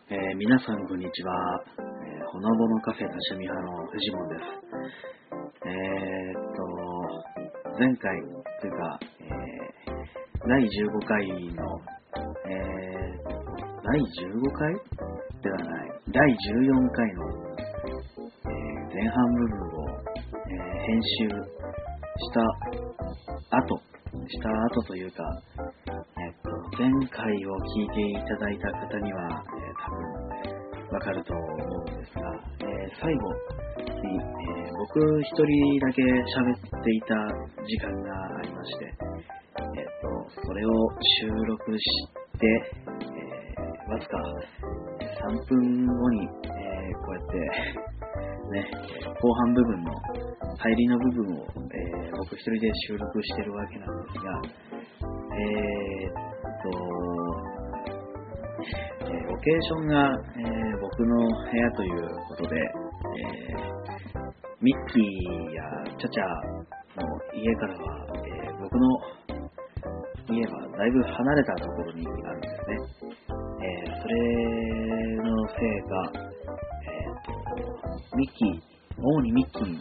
皆さんこんにちは。ほのぼのカフェ多趣味派のフジモンです。前回というか、第15回の、第15回ではない、第14回の、前半部分を、編集した後というか、前回を聞いていただいた方には、多分わかると思うんですが、最後に、僕一人だけ喋っていた時間がありまして、それを収録して、わずか3分後に、こうやってね、後半部分の入りの部分を、僕一人で収録してるわけなんですが、ロケーションが、僕の部屋ということで、ミッキーやチャチャの家からは、僕の家はだいぶ離れたところにあるんですね。それのせいか、主にミッキーの、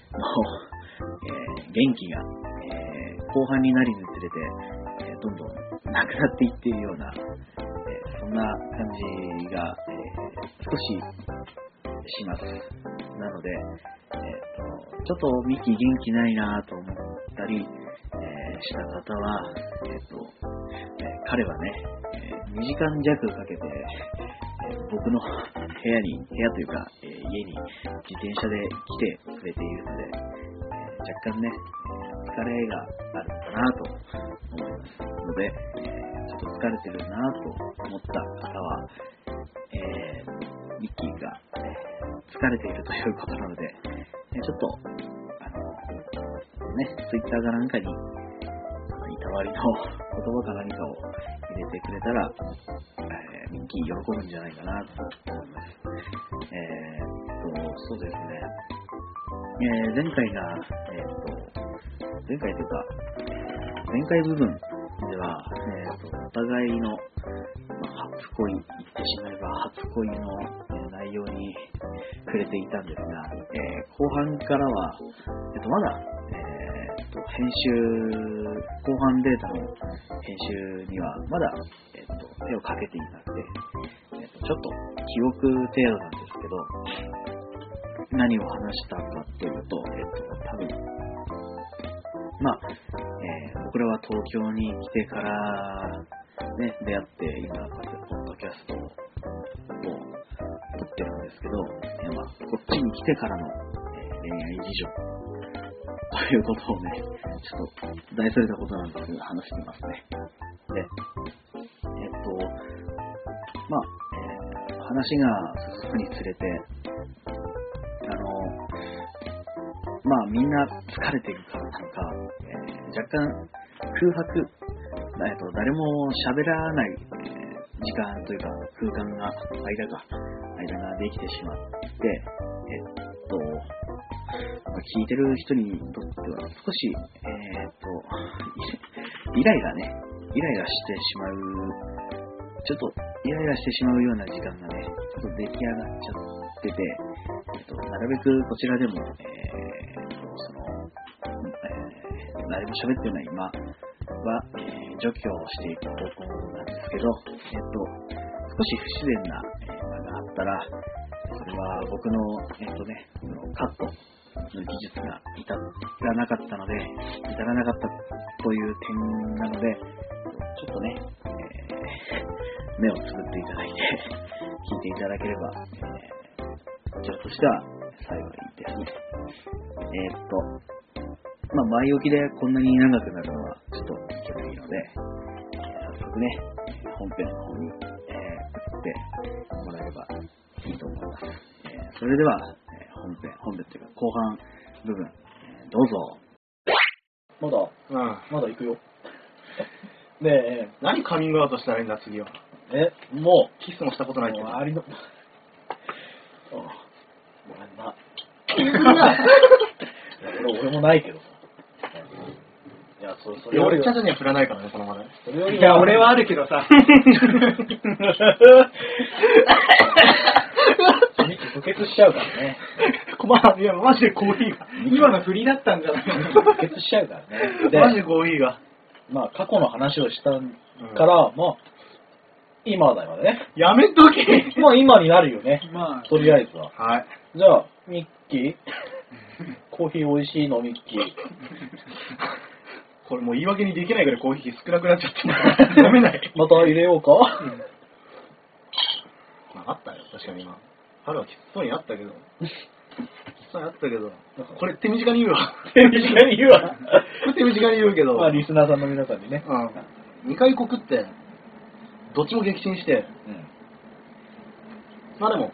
元気が、後半になりにつれて、どんどんなくなっていっているような、そんな感じが、少しします。なので、ちょっとミッキー元気ないなと思ったり、した方は、彼はね、2時間弱かけて、僕の部屋というか、家に自転車で来てくれているので、若干ね、疲れがあるのかなと思いますので、ちょっと疲れてるなと思った方は、ミッキーが、疲れているということなので、ちょっとツイッターかなんかにいたわりの言葉か何かを入れてくれたら、ミッキー喜ぶんじゃないかなと思います。そうですね。前回部分では、お互いの、初恋、言ってしまえば初恋の、内容に触れていたんですが、後半からは、まだ、後半データの編集にはまだ、手をかけていなくて、ちょっと記憶程度なんですけど、何を話したかというと、多分、僕らは東京に来てから、ね、出会って今、ポッドキャストを撮ってるんですけど、こっちに来てからの、恋愛事情ということをね、ちょっと大それたことなんですけど、話してますね。で、話が進むにつれて、みんな疲れているからなのか、若干空白、誰も喋らない、時間というか間ができてしまって、聞いてる人にとっては少し、イライラしてしまう、ちょっとイライラしてしまうような時間がね、ちょっと出来上がっちゃってて、なるべくこちらでも、誰も喋ってない今は、除去をしていく方向なんですけど、少し不自然な場があったら、それは僕の、カットの技術が至らなかったという点なので、ちょっとね、目をつぶっていただいて聞いていただければ、こちらとしては幸いですね。前置きでこんなに長くなるのはちょっといけないので、早速ね、本編の方に、移ってもらえればいいと思います。それでは、本編というか後半部分、どうぞ。 まだ行くよ。ねえ、何カミングアウトしたらいいんだ次は。 もうキスもしたことないけど。 ごめんな。俺もないけどさ。いや、それ俺チャチャには振らないからね、このままね。 いや、俺はあるけどさ。 ちゃうからね。 いや、マジでコーヒーが。 今の振りだったんじゃないの？ 妥結しちゃうからね。でマジでコーヒーが。 まあ、過去の話をしたから、まあ、今だよね。 やめとけ。 まあ、今になるよね。 まあ、 とりあえずは。 はい。 じゃあ、ミッキーコーヒー美味しいの、ミッキー。 これもう言い訳にできないぐらいコーヒー少なくなっちゃって飲めない。 また入れようかまあ、あったよ、確かに今。春はきつそうにあったけど。きつそうにあったけど。これ手短に言うわ。 手短に言うわ。 これ手短に言うけど。 まあ、リスナーさんの皆さんにね。 2回告って、どっちも激震して、まあでも、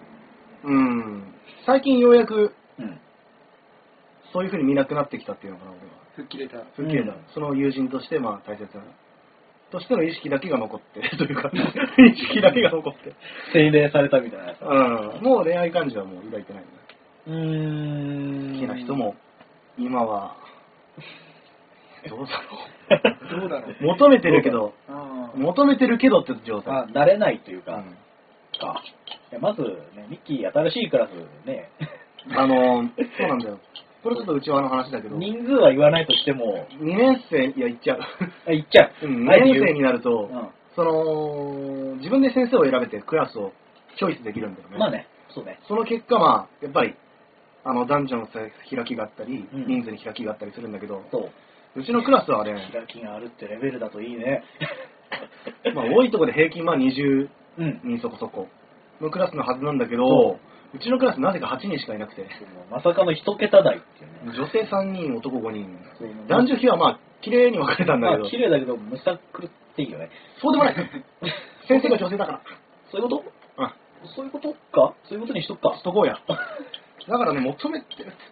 最近ようやく、そういう風に見なくなってきたっていうのかな、俺は。 吹っ切れた。 吹っ切れた。その友人として、まあ大切な。としての意識だけが残って、というか、意識だけが残って。 精霊されたみたいなやつ。 もう恋愛感情はもう抱いてないんだ。好好きな人も、今は、どうだろう。 どうだろう。 求めてるけど、 あ求めてるけどって状態。 まあ、慣れないというか、 うんか。いやまず、ね、ミッキー新しいクラスね、 そうなんだよ。これちょっと内輪の話だけど、2 人数は言わないとしても、 年生、いや、言っちゃう。 言っちゃう。 2年生になると、 うんその、自分で先生を選べてクラスをチョイスできるんだよね。 まあね、そうね。 その結果、まあ、やっぱり、男女の開きがあったり、 うん人数に開きがあったりするんだけど、 そう。 うちのクラスはね、 開きがあるってレベルだといいね。 まあ、多いところで平均まあ20 うん。 人そこそこのクラスのはずなんだけそど、うちのクラスなぜか8人しかいなくて、 まさかの一桁台っていうね。 女性3人、男5人。 そう男女比はまあ、綺麗に分かれたんだけど、 まあ綺麗だけど、むさくるっていいよね。 そうでもない。先生が女性だから。 そういうことあ、 そういうことかそういうことにしとくか。 しとこうや。だからね、求めてるって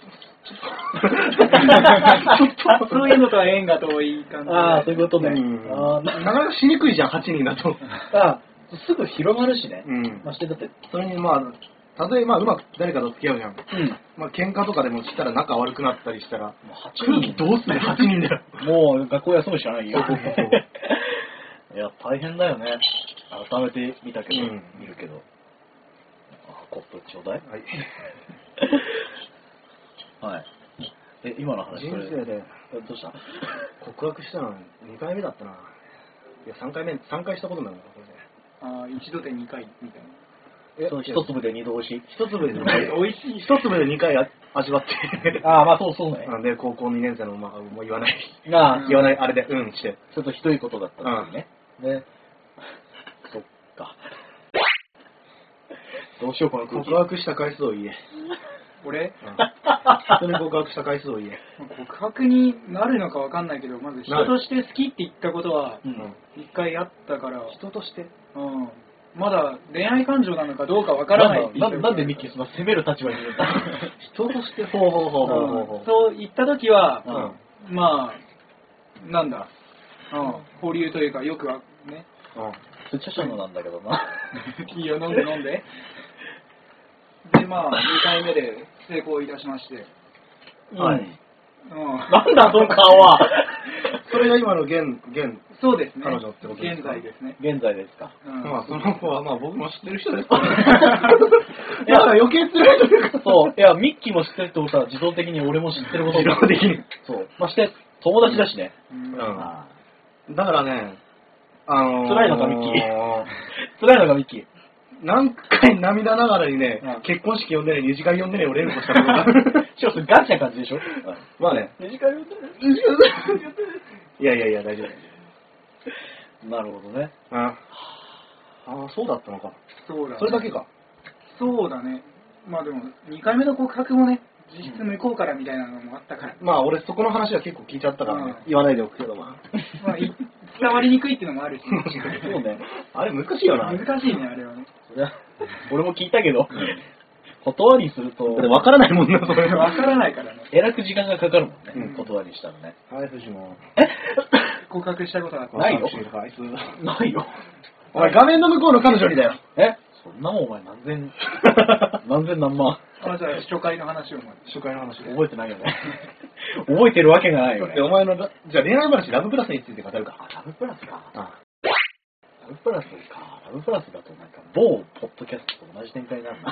そういうのとは縁が遠い感じで。 ああ、そういうことね。 なかなかしにくいじゃん、8人だと。 すぐ広がるしね。 うんましてだって。 それにまあ、例えばうまく誰かと付き合うじゃん。 うん。 まあ、喧嘩とかでもしたら仲悪くなったりしたら、 もう空気どうする ?8 人だよ。 もう学校休むしかないよ。 そうそうそういや、大変だよね。改めて見たけど、 うん見るけど。コップちょうだい。 はい。 はい。今の話、 人生でどうした告白したの2回目だったな。いや、3回したことになるんだ、これで。 ああ、一度で2回みたいな。 そう一粒で二度押し。 一粒で2回、 美味しい。 一粒で2回味わって。 ああ、まあそうね。 なんで、高校2年生の、まあ、もう言わない。 が、 言わない、あれで、して。 ちょっとひどいことだったんですね。ね。そっか。どうしよう、この空気。 告白した回数を言え。 俺人に告白した回数を言え。 告白になるのかわかんないけど、まず人として好きって言ったことはうん。 一回あったから、 人として。 うん、まだ恋愛感情なのかどうかわからないって言ったなんでミッキーそんな攻める立場にいるんだ人として、ほうほうほうほうほうほう。 そう言った時は、 うん。 まあなんだ、保留というかよくはね、 それ著者のなんだけどな。 いいよ飲んででまあ2回目で成功いたしまして、 はい。 なんだその顔は。 それが今の現、 そうですね、 彼女ってことです現か在ですね、 現在ですか。 まあ、その子は、まあ、僕も知ってる人ですから。だから余計辛いというか。 そう。いや、ミッキーも知ってるってことは自動的に俺も知ってること自動的に。 そう。まして、友達だしね。 だからね、 辛いのかミッキー。辛いのかミッキー。 何回涙ながらにね、 うん結婚式呼んでね、二次会呼んでね、俺連呼したことが。 しかもそれガチな感じでしょまあね。 二次会呼んでるいやいやいや、大丈夫。 なるほどね。 ああ、そうだったのか。 そうだねそれだけか。 そうだね、まあでも2回目の告白もね、実質向こうからみたいなのもあったから、 まあ、俺そこの話は結構聞いちゃったからねうん。 言わないでおくけど、ままあ、伝わりにくいっていうのもあるし、 そうね。 あ。あれ難しいよな。 難しいね、あれはね。 そりゃ、俺も聞いたけど、断りすると、 だって分からないもんな、それわからないからね。 えらく時間がかかるもんね。 うん断りしたらね。 はい、藤も。 告白したことがあって。 ないよあいつ。 ないよ。 お前、画面の向こうの彼女にだよ。 そんなもんお前何千何万。 あ、じゃあ初回の話をまず。 初回の話で。 覚えてないよね。覚えてるわけがないよねで、。お前の、じゃあ恋愛話、ラブプラスについて語るか。 ラブプラスか。 あラブプラスか。ラブプラスだとなんか某ポッドキャストと同じ展開になるな。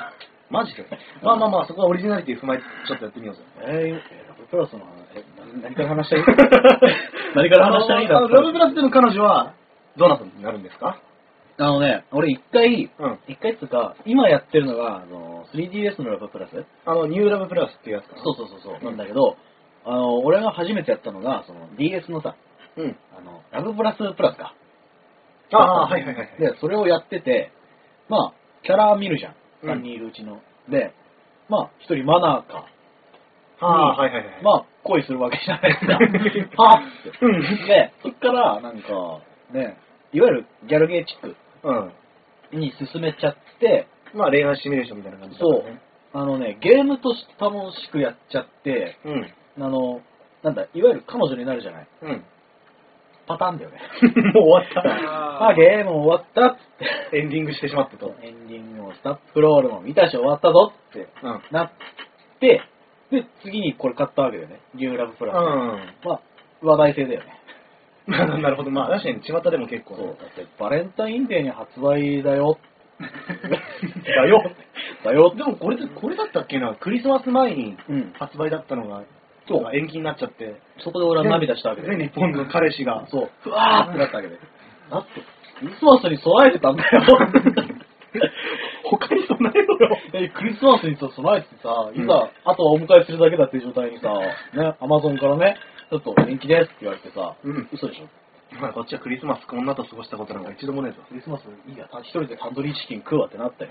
マジでまあまあまあ、そこはオリジナリティ踏まえてちょっとやってみようぜ。 ラブプラスの話、何から話したらいい何から話したらいいんだラブプラスでの彼女は、どなたになるんですか？ 俺一回うん。 一回っつうか、今やってるのが、3DS のラブプラスニューラブプラスっていうやつかな。 そう、なんだけど、俺が初めてやったのが、DS のさ、 うん。 ラブプラスプラスか。 ああ、はいはいはい。 で、それをやってて、まあ、キャラ見るじゃん。 うん 3人いるうちの。で、まあ、一人マナーか。 ああ、はいはいはい。 まあ、恋するわけじゃないですか。はぁって。 うん。 で、そっから、なんか、ね、いわゆるギャルゲーチックうん。 に進めちゃって、 まあ恋愛シミュレーションみたいな感じだそうったね。 ゲームとして楽しくやっちゃって、 うん。 なんだ、いわゆる彼女になるじゃない。 うん。 パターンだよね。 もう終わっあ、ゲーム終わったっつって。 た。エンディングしてしまったと。 エンディングもスタッフロールも見たし終わったぞってうん。 なって、で、次にこれ買ったわけだよね。ニューラブプラス。まあ、話題性だよね。 うん。なるほど。まあ確かに巷でも結構そう。 ね。 だって、バレンタインデーに発売だよ。 だよ。 だよ。 でもこれだったっけな、クリスマス前にうん。 発売だったのが、 そう延期になっちゃって、 そこで俺は涙したわけだよ全ね。 日本の彼氏が、 そう。ふわーってなったわけで。だって、クリスマスに備えてたんだよ。 他に備えろよ。 クリスマスにさ備えてさ、いざ、あとはお迎えするだけだっていう状態にさ、ね、アマゾンからね、ちょっと延期ですって言われてさ、 うん嘘でしょ。 まあこっちはクリスマス女と過ごしたことなんか一度もねえぞ。 クリスマスいいや、一人でタンドリーチキン食うわってなったよ。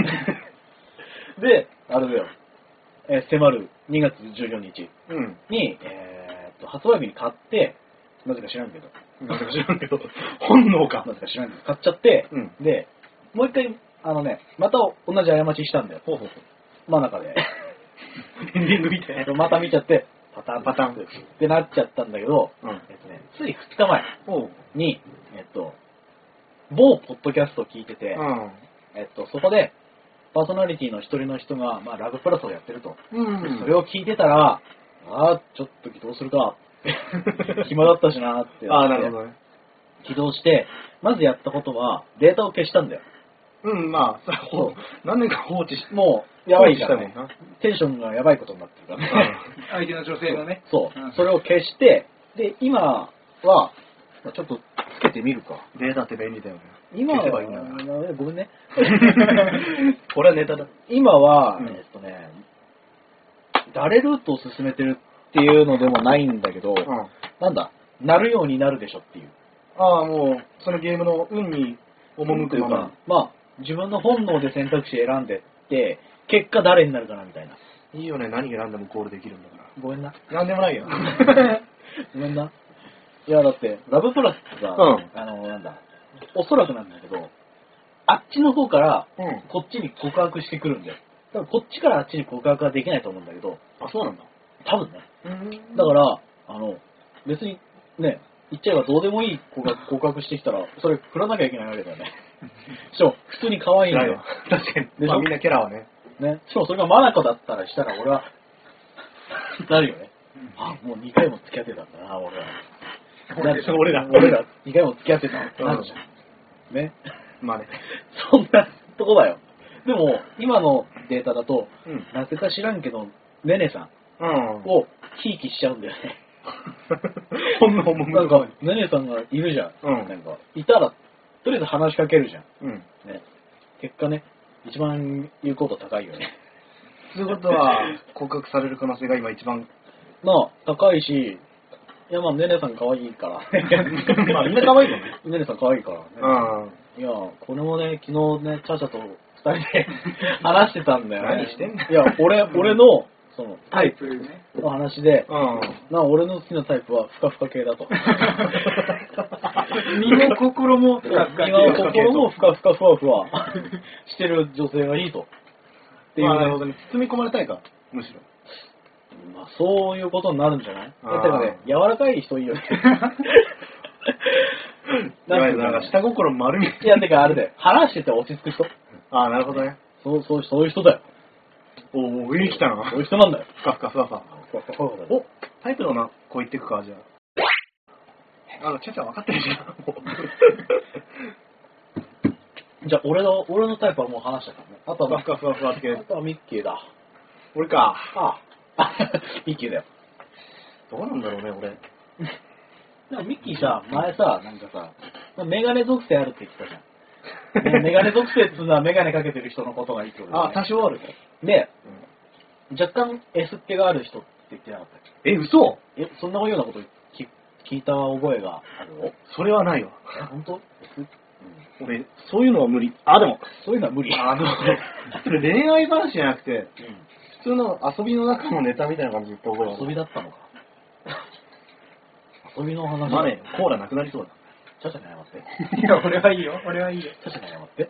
で、あれだよ、迫る2月14日うん。 に、発売日に買って、なぜか知らんけど、 なんか知らんけど、本能か。 なぜか知らんけど、買っちゃって、 うんで、もう一回、また同じ過ちしたんだよ。 ほうほうほ真ん中で。 う。エンディング見て。 また見ちゃって、パタンパタンってなっちゃったんだけど、 うん。 つい2日前おう。 に、某ポッドキャストを聞いてて、そこで、パーソナリティの一人の人が、まあ、ラブプラスをやってると。 うん。 それを聞いてたら、ちょっと起動するか。暇だったしなってああ、なるほどね。 起動して、まずやったことは、データを消したんだよ。 うん、まあ、それはそう何年か放置しもう、やばいからね放置したもんな。 テンションがやばいことになってるからね。 相手の女性のね。 そううん。 それを消して、で、今は、ちょっとつけてみるか。 データって便利だよね。 今は、 消せばいいんだからごめんね。 これはネタだ。 今は、 うん誰ルートを進めてるっていうのでもないんだけど、なんだ、なるようになるでしょっていう。 ああ、もう、そのゲームの運に赴くまま。 まあ、自分の本能で選択肢選んでって、結果誰になるかなみたいな。 いいよね、何選んでもゴールできるんだから。 ごめんな。 なんでもないよ。 ごめんな。いや、だって、ラブプラスってさ、 うんなんだ、おそらくなんだけど、あっちの方から、 うん。 こっちに告白してくるんだよ。だからこっちからあっちに告白はできないと思うんだけど、 あ、そうなんだ。 多分ね。 うんだから、別にね、言っちゃえばどうでもいい子が告白してきたら、それ振らなきゃいけないわけだよね。しかも、普通に可愛いんだよ。 確かに。 でしょまあみんなキャラはね。 ね。しかもそれがマナコだったらしたら、俺は、なるよね。あ、もう2回も付き合ってたんだな、俺は。 俺ら俺ら2回も付き合ってたってなるじゃん。ね。 まあね。 そんなとこだよ。でも、今のデータだと、 うん。 なぜか知らんけど、ねねさんうん。 をひいきしちゃうんだよね。 本能もなんか、ねねさんがいるじゃん。 うんなんか、いたら、とりあえず話しかけるじゃん。 うん。 ね。結果ね、一番有効度高いよね。 そういうことは、告白される可能性が今一番。 まあ、高いし、いや、まあ、ねねさん可愛いから。 まあみんな可愛いよね。 ねねさん可愛いからね。 うん。 いや、これもね、昨日ね、チャチャと二人で話してたんだよね。 何してんのいや、俺の、その、タイプね。 の話で、 うん。 俺の好きなタイプはふかふか系だと。 身も心もふかふか身も心もふかふかふわふわしてる女性がいいと。っていうね、 まあなるほどね。包み込まれたいか、むしろ。 まあ、そういうことになるんじゃないあーてかね、柔らかい人いいよね。 いわゆるなんか下心丸見え。 いや、てかあれで、話してて落ち着く人。 ああ、なるほどね。 そういう人だよ。 おお、上に来たな。 そういう人なんだよ。 ふかふかふわふわ。 ふわふわふわだよお、タイプのな、こう言ってくか、じゃあ。チャチャ分かってるじゃん。もうじゃあ俺のタイプはもう話したからね。あとはふわふわふわってあとはミッキーだ。 俺か。 ああ。ミッキーだよ。 どうなんだろうね、俺。 でもミッキーさ、前さ、なんかさ、メガネ属性あるって言ってたじゃん。ねメガネ属性っていうのはメガネかけてる人のことがいいってことだよね。 多少あるね。 で、若干 S っ気がある人って言ってなかったっ嘘？ け？そんなようなこと聞いた覚えがあるの？ それはないわ。 本当？ 俺、そういうのは無理。でも、 そういうのは無理。 それ恋愛話じゃなくて、普通の遊びの中のネタみたいな感じで言った覚えがある。 遊びだったのか。遊びの話まあね、コーラなくなりそうだ。 ちゃちゃに謝って。 いや、俺はいいよ。俺はいいよ。 ちゃちゃに謝って。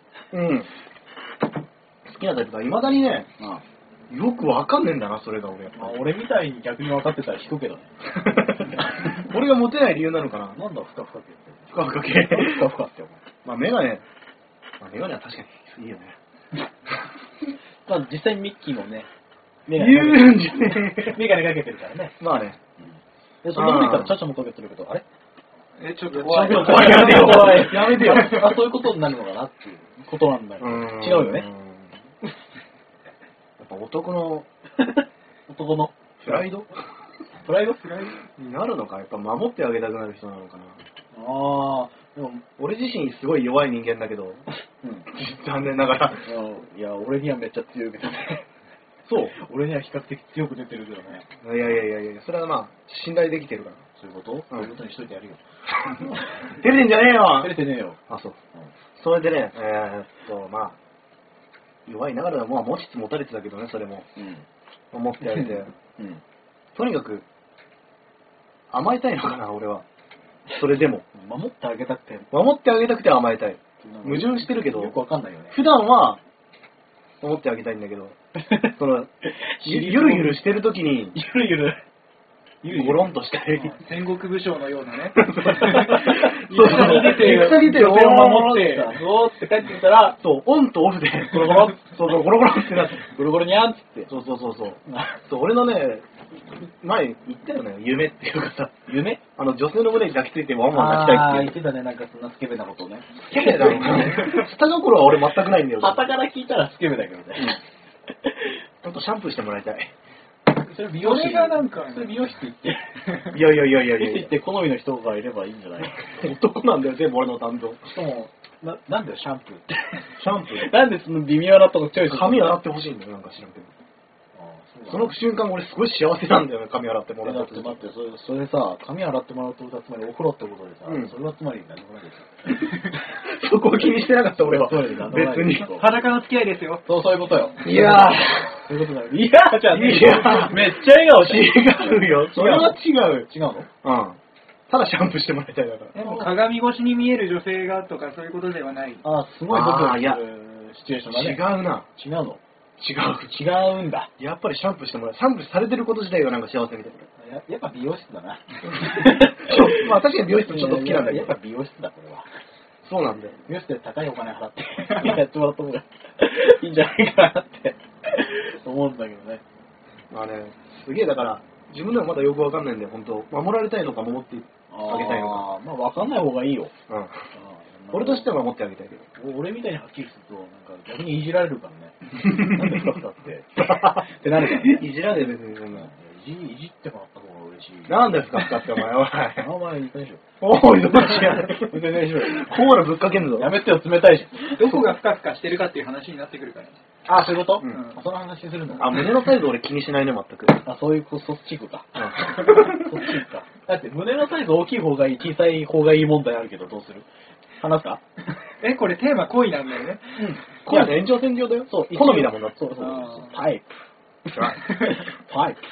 好きなタイプがいまだにね、 あよくわかんねえんだな、それが俺。 あ俺みたいに逆に分かってたら引くけどね。 俺がモテない理由なのかな。 なんだ、ふかふかって言ってる。 ふかふか系。 ふかふかって思う。 まあメガネは確かにいいよね。 まあ実際にミッキーもね、 言うんじゃねえ。 メガネかけてるからね。 まあね。 でそんなこと言ったらチャチャもかけてるけど、あれちょっと怖い。 怖いやめてよ。怖いやめてよ。あ、そういうことになるのかなっていうことなんだよ。違うよね。 やっぱ男のプライドになるのか、やっぱ守ってあげたくなる人なのかな。 ああ、でも、 俺自身すごい弱い人間だけど、残念ながら。 いや、俺にはめっちゃ強いけどね。 そう俺には比較的強く出てるけどね。 いや、それはまあ、信頼できてるから。 そういうことそういうことにしといてやるよ。 照れてんじゃねえよ照れてねえよ。 あ、そう。それでね、まあ、弱いながらも持ちつ持たれてたけどね、それも。思ってやれて。とにかく、甘えたいのかな、俺は。それでも。 守ってあげたくて。 守ってあげたくて甘えたい。矛盾してるけど、 よくわかんないよね。 普段は、守ってあげたいんだけど、その、ゆるゆるしてる時に、ゴロンとしたい。 戦国武将のようなね。 戦に出て、 女性を守って、おーって帰ってきたら、 そう、オンとオフで、 ゴロゴロそう、ゴロゴロってなって、 ゴロゴロにゃんっつって。 そう。そう、俺のね、前言ったよね、夢っていうかさ、 夢女性の胸に抱きついてワンワン抱きたいっていう。 言ってたね、なんかそんなスケベなことをね。 スケベだろうね。下心は俺全くないんだよ。 旗から聞いたらスケベだけどね。 ちょっとシャンプーしてもらいたい。 それ美容師。 それがなんかそれ美容師って言って。 いや。 美容師って好みの人がいればいいんじゃない男なんだよ、全部俺の担当。 しかも、なんだよ、シャンプーって。 シャンプーなんでその微妙なとこチョイス髪洗ってほしいんだよ、なんか知らんけど。その瞬間俺すごい幸せなんだよね、髪洗ってもらっただって待って、それさ、髪洗ってもらうってことはつまりお風呂ってことでさ、それはつまり何もないですよ。 そこを気にしてなかった俺は。別に。 裸の付き合いですよ。 そういうことよ。 いやー。 そういうことだよ。いやーじゃねえ。めっちゃ笑顔して違うよ。それは違う。 違うの？ ただシャンプーしてもらいたいだから。 でも鏡越しに見える女性がとかそういうことではない。 すごいドキドキするシチュエーションだね。 違うな。 違うの？ 違うんだ。やっぱりシャンプーしてもらう。シャンプーされてること自体がなんか幸せみたいな。 やっぱ美容室だな。 まあ確かに美容室ちょっと好きなんだけど。 やっぱ美容室だ、これは。 そうなんだよ。 美容室で高いお金払ってやってもらった方がいいんじゃないかなって思うんだけどね。 まあね、すげえだから、自分でもまだよくわかんないんだよ、本当守られたいのか守ってあげたいのか。 まあわかんない方がいいよ。 俺としては守ってあげたいけど。 俺みたいにはっきりすると、なんか逆にいじられるからね。なんでふかふかって。ってなるからね。 いじられ別にそんな。 いじってもらった方が嬉しい。 なんでふかふかってお前、おい。 お前いいかでしょ。 おい、どっちや。 いいかでしょ。 コーラぶっかけんぞ。 やめてよ、冷たいし。 どこがふかふかしてるかっていう話になってくるからね。 あ、そういうことその話するの胸のサイズ俺気にしないね、全く。 そういう、そっち行くか。そっち行くか。だって胸のサイズ大きい方がいい、小さい方がいい問題あるけど、どうする話すかこれテーマ恋なんだよね。 恋の延長線上だよ。そう、好みだもんな。 そう。タイプ。タイプ。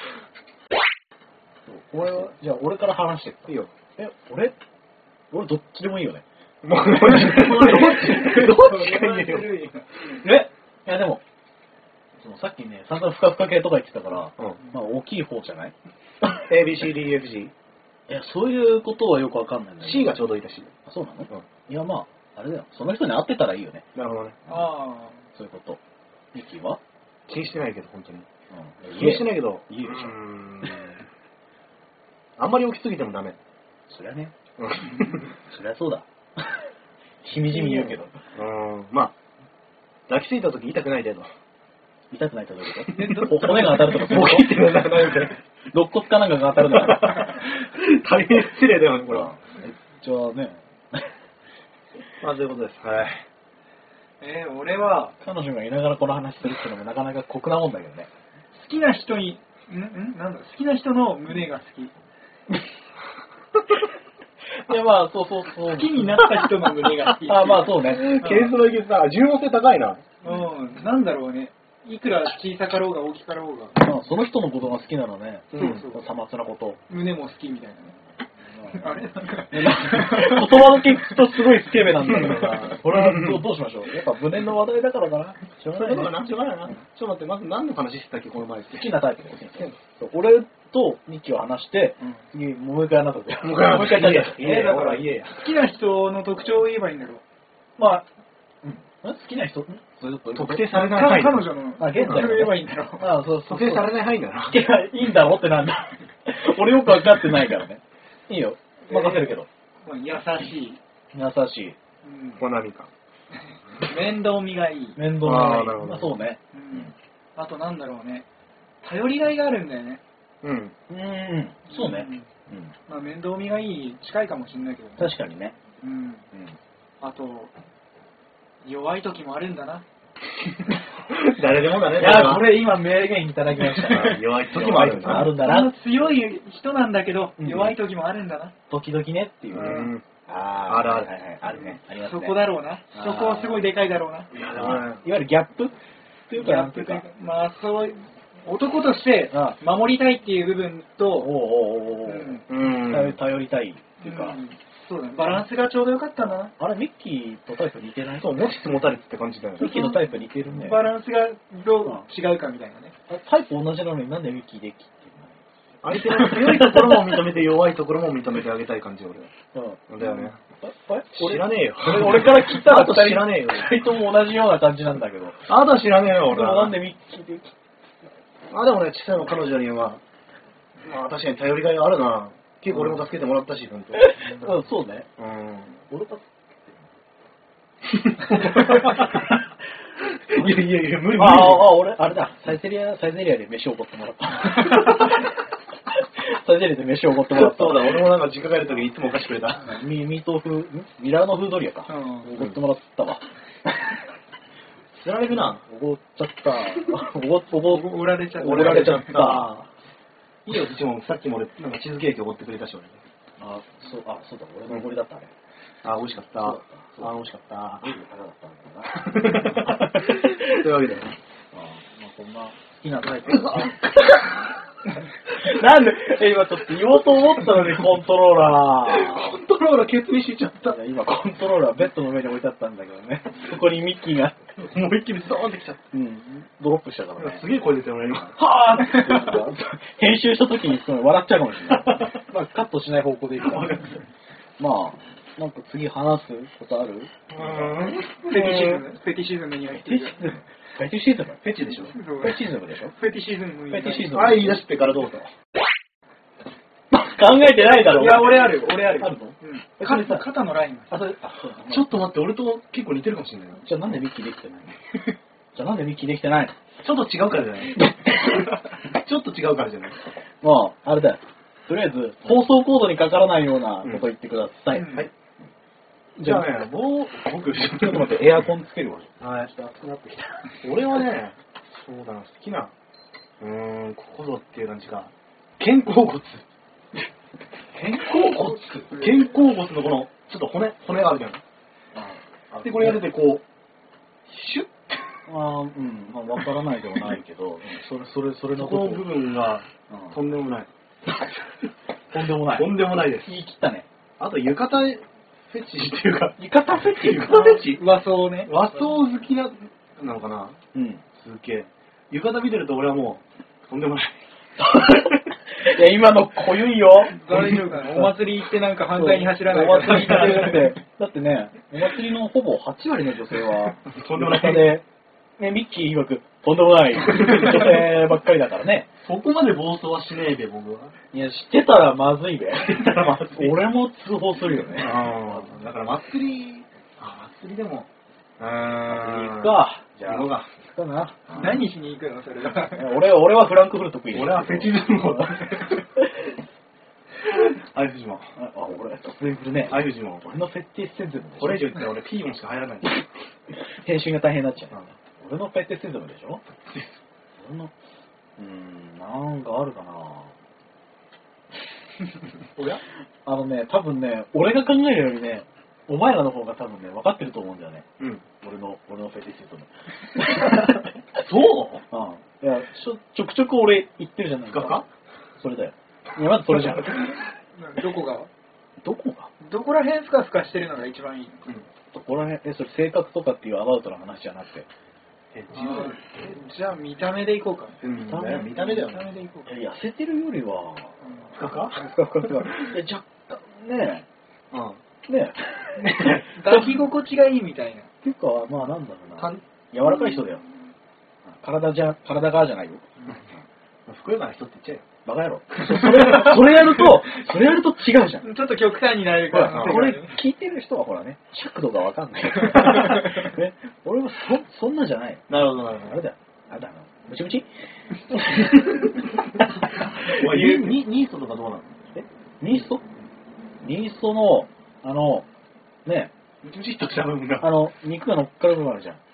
じゃあ俺から話していいよ。俺どっちでもいいよね。 もう、どっちか言えよ。 いやでも、さっきね、散々ふかふか系とか言ってたから、まあ大きい方じゃない ?A, B, C, D, E, F, G。 いや、そういうことはよくわかんないんだけど。 C がちょうどいいらしい。 そうなのいや、まあ、あれだよ。その人に会ってたらいいよね。 なるほどね。 そういうこと。ミキは気にしてないけど、本当に。気にしてないけど。 いいでしょ。 あんまり大きすぎてもダメ。 そりゃね。そりゃそうだ。しみじみ言うけど。 まあ、 抱きついた時痛くない程度。 痛くないとどういうこと骨が当たるとかボキってなくなるみたいな。 肋骨かなんかが当たるのか大変失礼だよね、これは。 じゃあね。 まあ、そういうことです。はい。 俺は、 彼女がいながらこの話するっていうのもなかなか酷なもんだけどね。 好きな人に、なんだろう、好きな人の胸が好き。 いや、まあ、そう。 好きになった人の胸が好き。 あ、まあそうね。 ケースのいけさ、順応性高いな。 なんだろうね。いくら小さかろうが大きかろうが。 まあ、その人のことが好きなのね。 そう。 さまつなこと。 胸も好きみたいなね。あれなんか言葉の結とすごいスケベなんだけどさ。これはどうしましょう。やっぱ胸の話題だからかな。 しょうがないな。ちょっと待って、まず何の話してたっけ、この前。 好きなタイプですね。俺とミッキーを話して、次、もう一回あなたで。 もう一回ちゃった。 だから言えや。 好きな人の特徴を言えばいいんだろう。 まあ、好きな人特定されない範囲。 彼女の現在言えばいいんだろう。 ああ、そう。 特定されない範囲だな。 聞けばいいんだろってなんだ。俺よく分かってないからね。いいよ。任せるけど。 優しい。 優しい。 好みか。 面倒見がいい。 面倒見がいい。 なるほど。 そうね。 あとなんだろうね。頼りがいがあるんだよね。 そうね。 まあ面倒見がいい近いかもしれないけど。 確かにね。 あと、弱い時もあるんだな。 誰でもだね。 いや、これ今名言いただきました。 弱い時もあるんだな。 あるんだな。 強い人なんだけど、弱い時もあるんだな。 時々ねっていう。 ある。 あるね。ありますね。そこだろうな。そこはすごいでかいだろうな。 いわゆるギャップっていうか、なんていうか。 まあそう、男として守りたいっていう部分と、 頼りたいっていうか。 そうだね。バランスがちょうどよかったんだな。 あれ、ミッキーとタイプ似てない？ そう、持ちつ持たれつって感じだよね。 ミッキーとタイプ似てるね。 バランスがどう違うかみたいなね。 タイプ同じなのになんでミッキーできって相手の強いところも認めて弱いところも認めてあげたい感じ、俺は。だよね。知らねえよ。 俺から聞いたら知らねえよ。 二人とも同じような感じなんだけど。 あなた知らねえよ、俺は。 なんでミッキーできでもね、小さいの彼女には、まあ確かに頼りがいがあるな。結構俺も助けてもらったし、本当。 そうね。俺だいや、無理。 俺、あれだ、サイゼリアで飯をおごってもらった。サイゼリアで飯をおごってもらった。 そうだ、俺もなんか実家帰るときにいつもお菓子くれた。 ミラーノフードリアか。おごってもらったわ。 釣られるな。 おごっちゃった。 おられちゃった。 おられちゃった。 いいよ、うちもさっきも俺、なんかチーズケーキおごってくれたし、俺。 そうだ、俺のおごりだったね。 美味しかった。美味しかった。 高だったんだな。 というわけで。 まあ、こんな好きなタイプ。なんで、今ちょっと言おうと思ったのに、コントローラー。 コントローラーケツにしちゃった。 今、コントローラーベッドの上に置いてあったんだけどね。そこにミッキーが、 もう一気にドーンってきちゃった。 ドロップしたからね。 すげえ声出てるね、今。 はぁって言って編集した時に笑っちゃうかもしれない。まあ、カットしない方向でいいから。まあ、なんか次話すことある？ フェティシズムに入ってる。 フェティシズム？ フェチでしょ？ フェティシズムでしょ？ フェティシズム。 フェティシズム。 はい、言い出しっぺからどうぞ。 考えてないだろ。 いや、俺ある。 あるの？ 肩のライン。 ちょっと待って、俺と結構似てるかもしれないな。 じゃあなんでミッキーできてないの？ちょっと違うからじゃないちょっと違うからじゃないもう、あれだよ。とりあえず、放送コードにかからないようなこと言ってください。 はい。じゃあね、僕、 ちょっと待って、エアコンつけるわ。 はい。 ちょっと暑くなってきた。 俺はね、そうだな、好きな、ここぞっていう感じか。肩甲骨のこの、ちょっと骨があるじゃん。で、これやるとこう、シュッまあ、わからないでもないけど、それのこの部分が、とんでもない。 とんでもない。 とんでもないです。 言い切ったね。 あと、浴衣フェチっていうか、 浴衣フェチ和装ね。 和装好きなのかな。すげえ。浴衣見てると俺はもう、とんでもない。 いや、今の濃ゆいよ。 大丈夫かな。お祭り行ってなんか反対に走らないお祭り行ってだってね、お祭りのほぼ8割の女性は、 とんでもない。 で、ね、ミッキー曰く、とんでもない女性ばっかりだからね。 そこまで暴走はしねえべ、僕は。 いや、知ってたらまずいべ。俺も通報するよね。 だから祭りでも、 行くか。じゃあ、行くかな。 何しに行くのそれは。 俺はフランクフルト食いに行く。 俺はフェチズムを。アイフジモン。 俺、突然振るね。 アイフジモン。 俺のフェティシズムでしょ。 これ以上言ったら俺ピーヨンしか入らないんだよ。 編集が大変になっちゃう。俺のフェティシズムでしょ。俺の、なんかあるかな。 おや多分ね、俺が考えるよりね、お前らの方が多分ね、分かってると思うんだよね。 うん。 俺のフェティシズム。 そういや、ちょくちょく俺言ってるじゃないですか。 それだよ。いや、まずそれじゃん。 どこがどこら辺ふかふかしてるのが一番いいの？ どこら辺、それ性格とかっていうアバウトな話じゃなくて。 じゃあ見た目でいこうか。 見た目だよね。 痩せてるよりは、 ふかふか若干ねね抱き心地がいいみたいな。 っていうか、まあなんだろうな。柔らかい人だよ。体がじゃないよ。 ふくよかな人って言っちゃえよ。 バカ野郎。それやると違うじゃん。 ちょっと極端になれるから。 これ聞いてる人はほらね、尺度がわかんない。ね、俺もそんなじゃない。 なるほどなるほど。 あれだ、ムチムチニーソとかどうなの？ ニーソの、ね、 ムチムチっとちゃうんだ。 肉が乗っかる部分あるじゃん。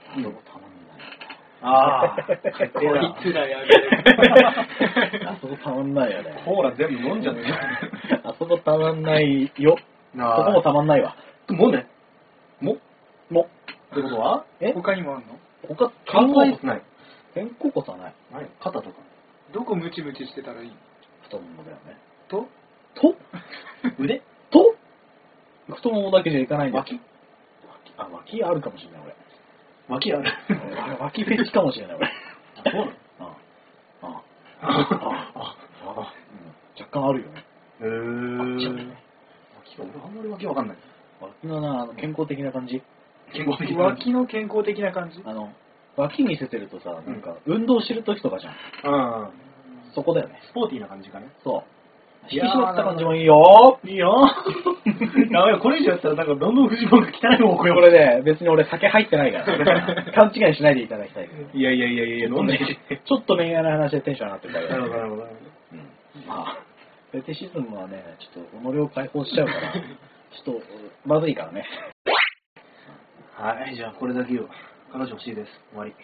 ああ、 こいつらやべえ。 あそこたまんないよね。 コーラ全部飲んじゃって。 あそこたまんないよ。そこもたまんないわ。 もね。もってことは？ 他にもあんの？ 肩甲骨ない。 肩甲骨はない。 肩とか。 どこムチムチしてたらいい？ 太ももだよね。 と腕と太ももだけじゃいかないんだ。 脇あるかもしれない俺。 脇ある。 脇フェチかもしれない俺。 そうなの？ 若干あるよね。 へぇー。俺あんまり脇わかんない。 脇の健康的な感じ。 脇の健康的な感じ。 脇見せてるとさ、なんか運動してる時とかじゃん。そこだよね。 スポーティーな感じかね。 そう。引き締まった感じもいいよ。 いいよ。やばい、これ以上やったらなんかどんどんフジモンが汚い方向これね、別に俺酒入ってないから。勘違いしないでいただきたい。 いや、飲んでちょっと恋愛の話でテンション上がってるから。 なるほど。 まあ、フェティシズムはね、ちょっと己を解放しちゃうから、ちょっとまずいからね。 はい、じゃあこれだけよ。彼女欲しいです。終わり。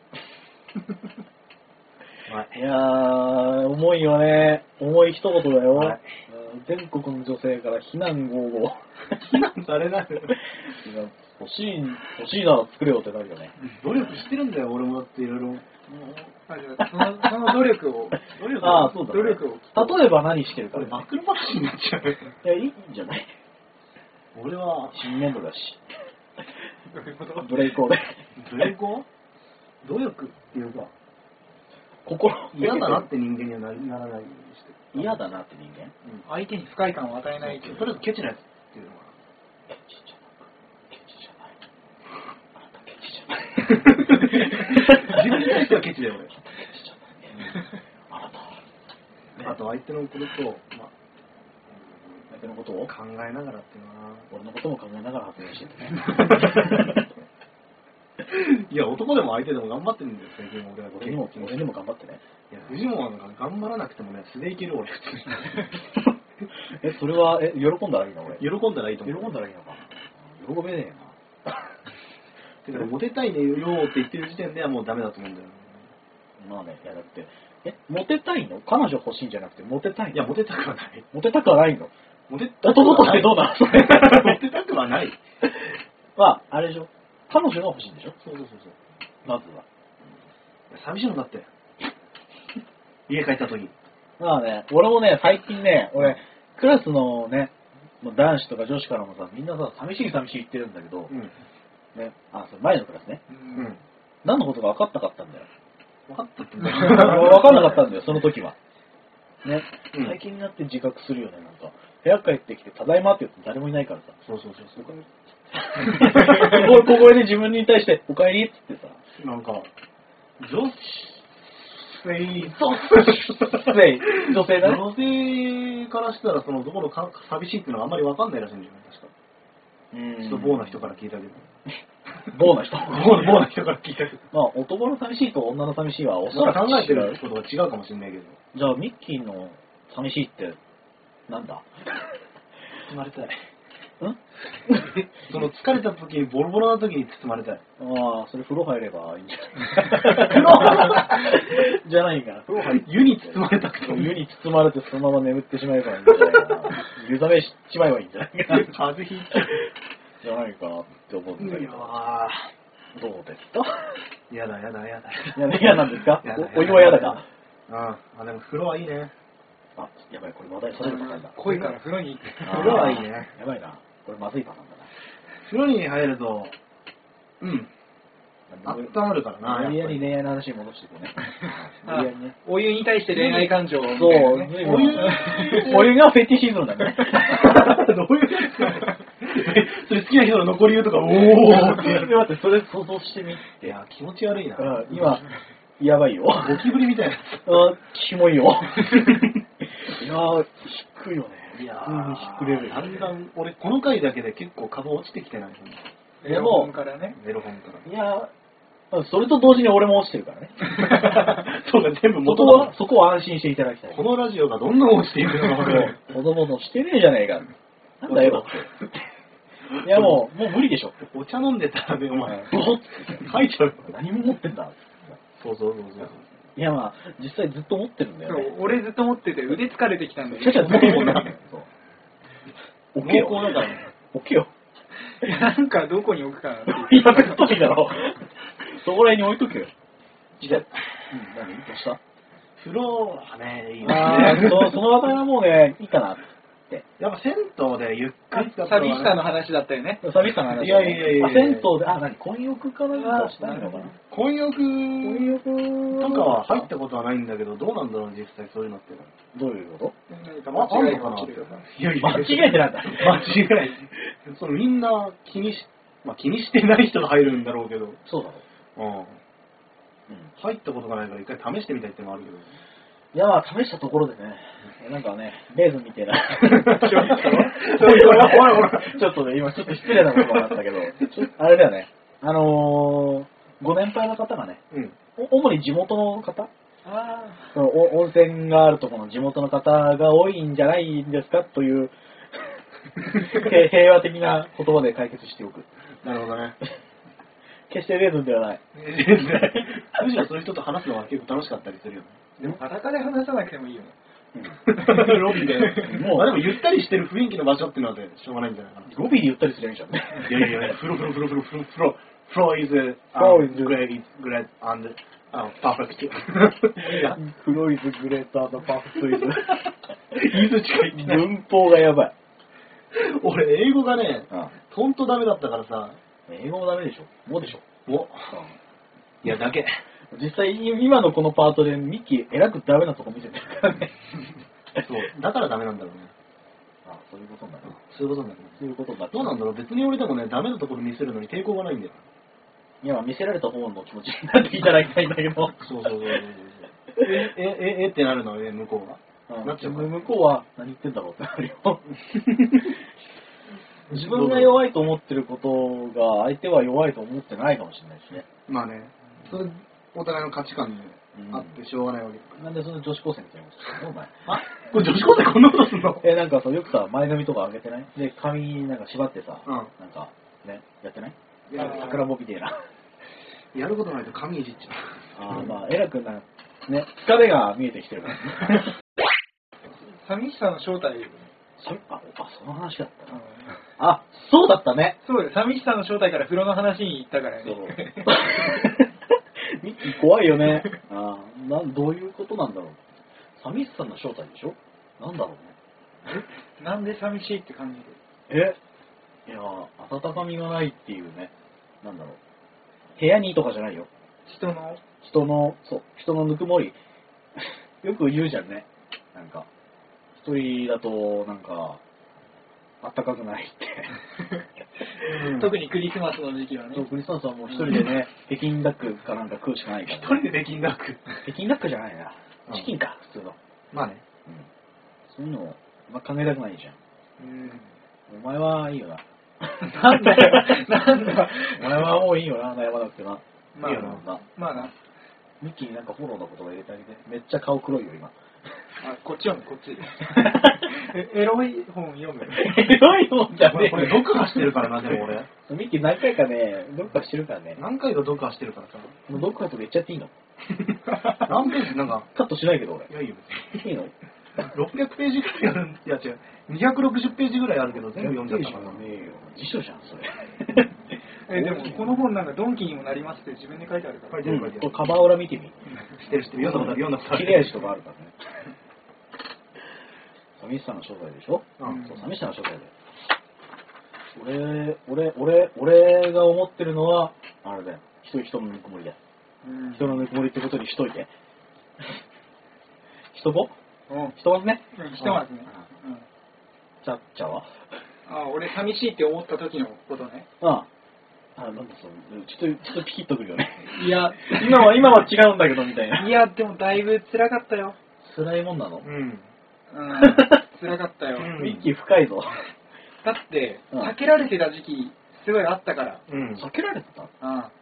いやー、重いよね。重い一言だよ。はい、全国の女性から非難合々。 非難されないよ。 欲しいなら作れよってなるよね。 努力してるんだよ、俺もだっていろいろ。 その努力を。 そうだ、ね。例えば何してるか。 これ暴露話になっちゃう。 いや、いいんじゃない？ 俺は、 新年度だし。ブレイコーで。 ブレイコー？努力っていうか、嫌だなって人間にはならないようにして。 嫌だなって人間？ 相手に不快感を与えない。 とりあえずケチなやつっていうのは。 ケチじゃない。 自分に対してはケチだよ、俺。あと相手のことと、 相手のことを考えながらっていうのは、 俺のことも考えながら発言してるね。 いや、男でも相手でも頑張ってるんだよ、最近俺は。 俺にも頑張ってね。 いや、フジモンは頑張らなくてもね、素でいける俺、普通に。それは、喜んだらいいの俺。 喜んだらいいと思う。 喜んだらいいのか。喜べねえな。 てか、モテたいねよって言ってる時点ではもうダメだと思うんだよね。 まあね、いやだって、モテたいの？彼女欲しいんじゃなくて、モテたいの？ いや、モテたくはない。 モテたくはないの？ 男としてどうだ？ モテたくはない。 まあ、あれでしょ。彼女が欲しいんでしょ？ そう。 まずは。 寂しいもんだって。家帰った時。 まあね、俺もね、最近ね、クラスのね、男子とか女子からもさ、みんなさ、寂しい言ってるんだけど、ね、それ前のクラスね。何のことか分かったかったんだよ。 分かったって分かんなかったんだよ、その時は。ね、最近になって自覚するよね、なんか。部屋帰ってきて、ただいまって言って誰もいないからさ。 そう。 小声で自分に対して、お帰りっつってさ。 なんか、 女性だね。 女性からしたら、その、どこの寂しいっていうのはあんまり分かんないらしいんだよね、確か。ちょっと棒な人から聞いたけど。 棒な人。 棒な人から聞いたけど。 まあ、男の寂しいと女の寂しいはおそらく考えてることが違うかもしれないけど。 じゃあ、ミッキーの寂しいって、なんだ？ 包まれたい。 んその疲れた時に、ボロボロな時に包まれたい。 ああ、それ風呂入ればいいんじゃない風呂じゃないか。風呂入って。 湯に包まれたくて。 湯に包まれてそのまま眠ってしまえばいいんじゃないかな。湯冷めしちまえばいいんじゃないかな。 風邪ひいちゃう。 じゃないかなって思うんだけど。どうですか？ やだ。嫌なんですか？お湯は嫌だか？ あ、でも風呂はいいね。 あ、やばい、これ話題それるのかんだ。 濃いから風呂に行って。 風呂はいいね。 やばいな。これまずいパターンだな。 風呂に入ると、温まるからな。 無理やり恋愛の話に戻していこうね。無理やりね。 お湯に対して恋愛感情を。 そう、お湯がフェティシズムだね。 どういうやつそれ好きな人の残り湯とか、おーって待って、それ想像してみて。 いや、気持ち悪いな。 今、やばいよ。 ゴキブリみたいな。 キモいよ。いやー、低いよね。 いやー、低レベル。 だんだん、俺、この回だけで結構株落ちてきてない。 エロ本からね。 エロ本から。 いやー、それと同時に俺も落ちてるからね。 そうだ、全部元は、そこは安心していただきたい。 このラジオがどんどん落ちていくのが分かる。 子供のしてねえじゃねえか。なんだよって。いやもう無理でしょ。 お茶飲んでたらね、お前。 ボホって吐いちゃう。 何も持ってんだ。 そう。 いやまあ、実際ずっと持ってるんだよね。 そう、俺ずっと持ってて腕疲れてきたんだよ。 ちょっと持ってるんだよ。置けよ。置けよ。 いや、なんかどこに置くかなって。 いや、別時だろ。そこら辺に置いとけよ。何どうした風呂はね、いいね。その話題はもうね、いいかなって。 やっぱ銭湯でゆっくり寂しさの話だったよね。 寂しさの話。 いや。 銭湯で、混浴かなんかしたいのかな。 混浴とかは入ったことはないんだけど、どうなんだろう、実際そういうのって。 どういうこと間違えかな。 間違えてなんだ。 間違え。みんな気にしてない人が入るんだろうけど。 そうだろう。 入ったことがないから一回試してみたいってのもあるけど。 いや、まあ、試したところでね、なんかね、レーズンみたいな。ちょっとね、今ちょっと失礼なことがあったけど、あれだよね、ご年配の方がね、主に地元の方、温泉があるところの地元の方が多いんじゃないんですかという平和的な言葉で解決しておく。 なるほどね。 決してレーズンではない。 むしろそういう人と話すのは結構楽しかったりするよね。 でも裸で話さなくてもいいよね。 ロビーで。でもゆったりしてる雰囲気の場所っていうのはしょうがないんじゃないかな。 ロビーでゆったりするんじゃんね。 いや、風呂 is great and perfect. 風呂 is great and perfect is. いつ近いって文法がやばい。 俺、英語がね、ほんとダメだったからさ。 英語もダメでしょ。もうでしょ。 いや、だけ。 実際、今のこのパートでミッキー、えらくダメなとこ見せてるからね。 そう、だからダメなんだろうね。 そういうことになる。 そういうことになる。 そういうことになる。 どうなんだろう、別に俺でもね、ダメなところ見せるのに抵抗がないんだよ。 いや、見せられた方の気持ちになっていただきたいんだけど。 そう。ってなるのね、向こうが。なっちゃうから。 向こうは何言ってんだろうってなるよ。自分が弱いと思ってることが相手は弱いと思ってないかもしれないしね。 まあね、それお互いの価値観であってしょうがないわけだから。 なんでその女子高生みたいなことしてるのお前。 これ女子高生こんなことすんの？ なんかさ、よくさ、前髪とか上げてないで、髪なんか縛ってさ、なんか、ね、やってない桜ぼみたいな。 やることないと髪いじっちゃう。 まあ、偉くな、ね、疲れが見えてきてるから。 寂しさの正体。 その話だったな。そうだったね。 そうよ、寂しさの正体から風呂の話に行ったからね。 ミッキー怖いよね。どういうことなんだろう。寂しさの正体でしょ。なんだろうね。 なんで寂しいって感じる？ いや、温かみがないっていうね。なんだろう。部屋にとかじゃないよ。人のぬくもり。よく言うじゃんね。なんか。一人だと、なんか、あったかくないって。 特にクリスマスの時期はね。 クリスマスはもう一人でね、北京ダックかなんか食うしかないから、ね。 一人で北京ダック北京ダックじゃないな。チキンか、普通の。 まあね。 そういうのを、考えたくないじゃん。お前はいいよな。 なんだよ、なんだ。 お前はもういいよな、悩まなくてな。 まあいいよな。 まあな。 ミッキーになんかフォローのことを入れてあげて。めっちゃ顔黒いよ、今。 あ、こっち読む、こっち。エロい本読む。 エロいもんじゃねえ。 これ読破してるからな、でも俺。 ミッキー何回かね、読破してるからね。 何回か読破してるからさ。 もう読破とか言っちゃっていいの？ 何ページなんか、 カットしないけど俺。 いやいいよ別に。 いいの 600ページぐらいあるん、いや違う、260ページぐらいあるけど全部読んじゃったからな。 ねえよ。辞書じゃん、それ。 でも、この本なんかドンキにもなりますって自分で書いてあるから。 書いてる書いてる。 カバー裏見てみ。 知ってる知ってる。読んだことある読んだことある。 切れ味とかあるからね。寂しさの正体でしょ？ うんそう、寂しさの正体で。俺が思ってるのは、あれだよ。人のぬくもりだよ。人のぬくもりってことにしといて。人子？人ますね。 してますね。 ちゃっちゃは？ あ、俺寂しいって思った時のことね。 なんだそう、ちょっとピキッとくるよね。 いや、 今は違うんだけどみたいな。 いや、でもだいぶ辛かったよ。 辛いもんなの？ 辛かったよ。 ミッキー深いぞ。 だって、避けられてた時期、すごいあったから。 避けられてた？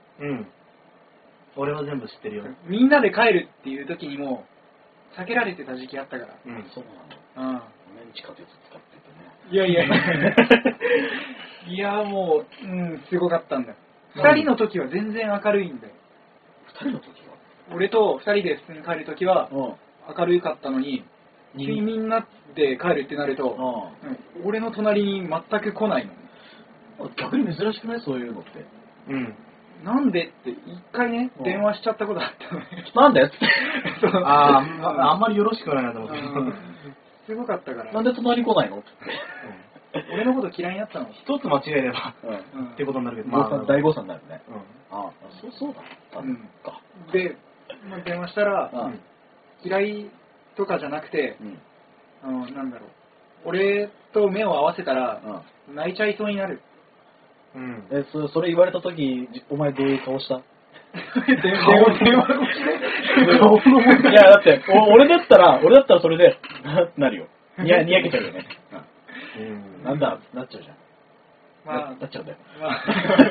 俺は全部知ってるよ。 みんなで帰るっていう時にも、避けられてた時期あったから。 そうなの。メンチカツ使っててね。 いやいやいやもう、すごかったんだよ。2人の時は全然明るいんだよ。 2人の時は？ 俺と2人で普通に帰る時は明るかったのに、君みんなで帰るってなると、俺の隣に全く来ないの。 逆に珍しくない？そういうのって。 なんでって一回ね、電話しちゃったことあったのね。 なんで？ あんまりよろしくないなと思って。 すごかったから。 なんで隣来ないの？ 俺のこと嫌いになったの。 一つ間違えればってことになるけど、 大誤算になるね。そうだったか。 で、電話したら、嫌いとかじゃなくて、なんだろう、俺と目を合わせたら泣いちゃいそうになる。 それ言われたとき、お前どういう顔した？ 電話越しで。 いや、だって、俺だったらそれで、なるよ。にやけちゃうよね。なんだ、なっちゃうじゃん。なっちゃうんだよ。なっちゃうんだ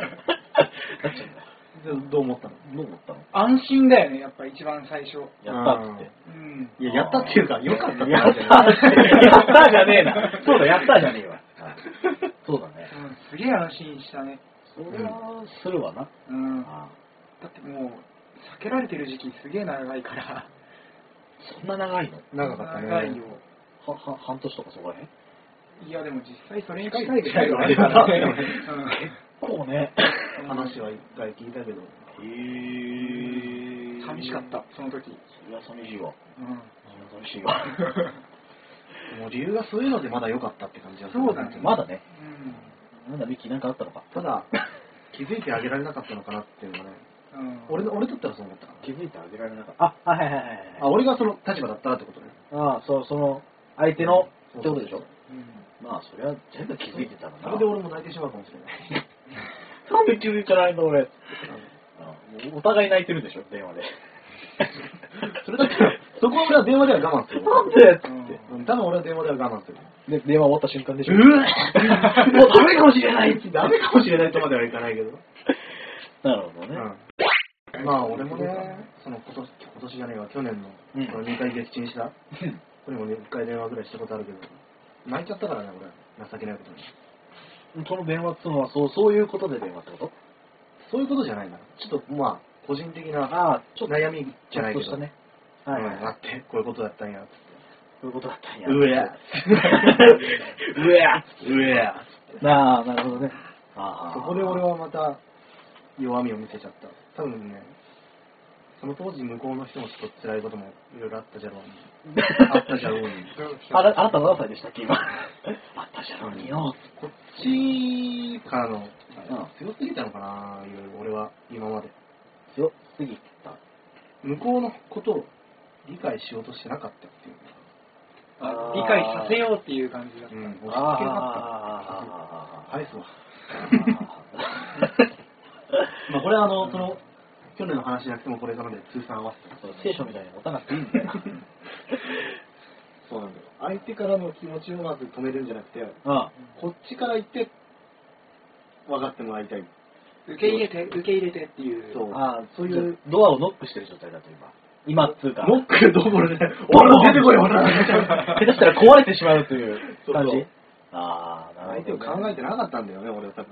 よ。 どう思ったの？ 安心だよね、やっぱ一番最初。 やったっつって。 いや、やったっていうか、よかったって。 やったじゃねえな。そうだ、やったじゃねえわ。そうだね。 すげえ安心したね。 それはするわな。 だってもう、避けられてる時期すげえ長いから。 そんな長いの？ 長かったね。 長いよ。 半年とかそこらへん？ いやでも実際それに近いぐらいはあるからね。 結構ね。 話は一回聞いたけど。 寂しかった、その時。 それは寂しいわ。寂しいわ。 もう理由がそういうのでまだ良かったって感じがする。 そうだね。 まだね。なんだミッキーなんかあったのか。 ただ、気づいてあげられなかったのかなっていうのがね。俺だったらそう思ったから。 気づいてあげられなかった。はい。 俺がその立場だったらってことね。 その相手のってことでしょ。まあそれは全部気づいてたらな。 それで俺も泣いてしまうかもしれない。 なんで気づいてないの俺。お互い泣いてるでしょ、電話で。 それだったら、そこは俺は電話では我慢する。 なんでっつって。 多分俺は電話では我慢する。 で、電話終わった瞬間でしょ。 もうダメかもしれないって、ダメかもしれないとまではいかないけど。 なるほどね。 まあ俺もね、その今年じゃねえわ、去年の2回撃沈した。これも1回電話ぐらいしたことあるけど、泣いちゃったからね、俺。情けないことに。 その電話ってのはそういうことで電話ってこと？ そういうことじゃないな。ちょっとまあ、個人的な悩みじゃないけど。 ね。 あって、こういうことだったんや、つって。 こういうことだったんや。 うやなるほどね。 そこで俺はまた弱みを見せちゃった。多分ね、その当時向こうの人もちょっと辛いこともいろいろあったじゃろうに。 あなた何歳でしたっけ今？あったじゃろうによ。 こっちからの、強すぎたのかな、俺は今まで。 強すぎた。 向こうのことを理解しようとしてなかったっていう。 理解させようっていう感じだった。 押し付けだった。返すわ。まあこれはその去年の話じゃなくてもこれからで通算合わせて聖書みたいに持たなくていいんだよ。 そうなんだよ。相手からの気持ちをまず止めるんじゃなくて、 こっちから言って分かってもらいたい。 受け入れてっていう。 そういうドアをノックしてる状態だと今っつうか。 ノックどころで、俺も出てこいよ、下手したら壊れてしまうという感じ。 相手を考えてなかったんだよね、俺は多分。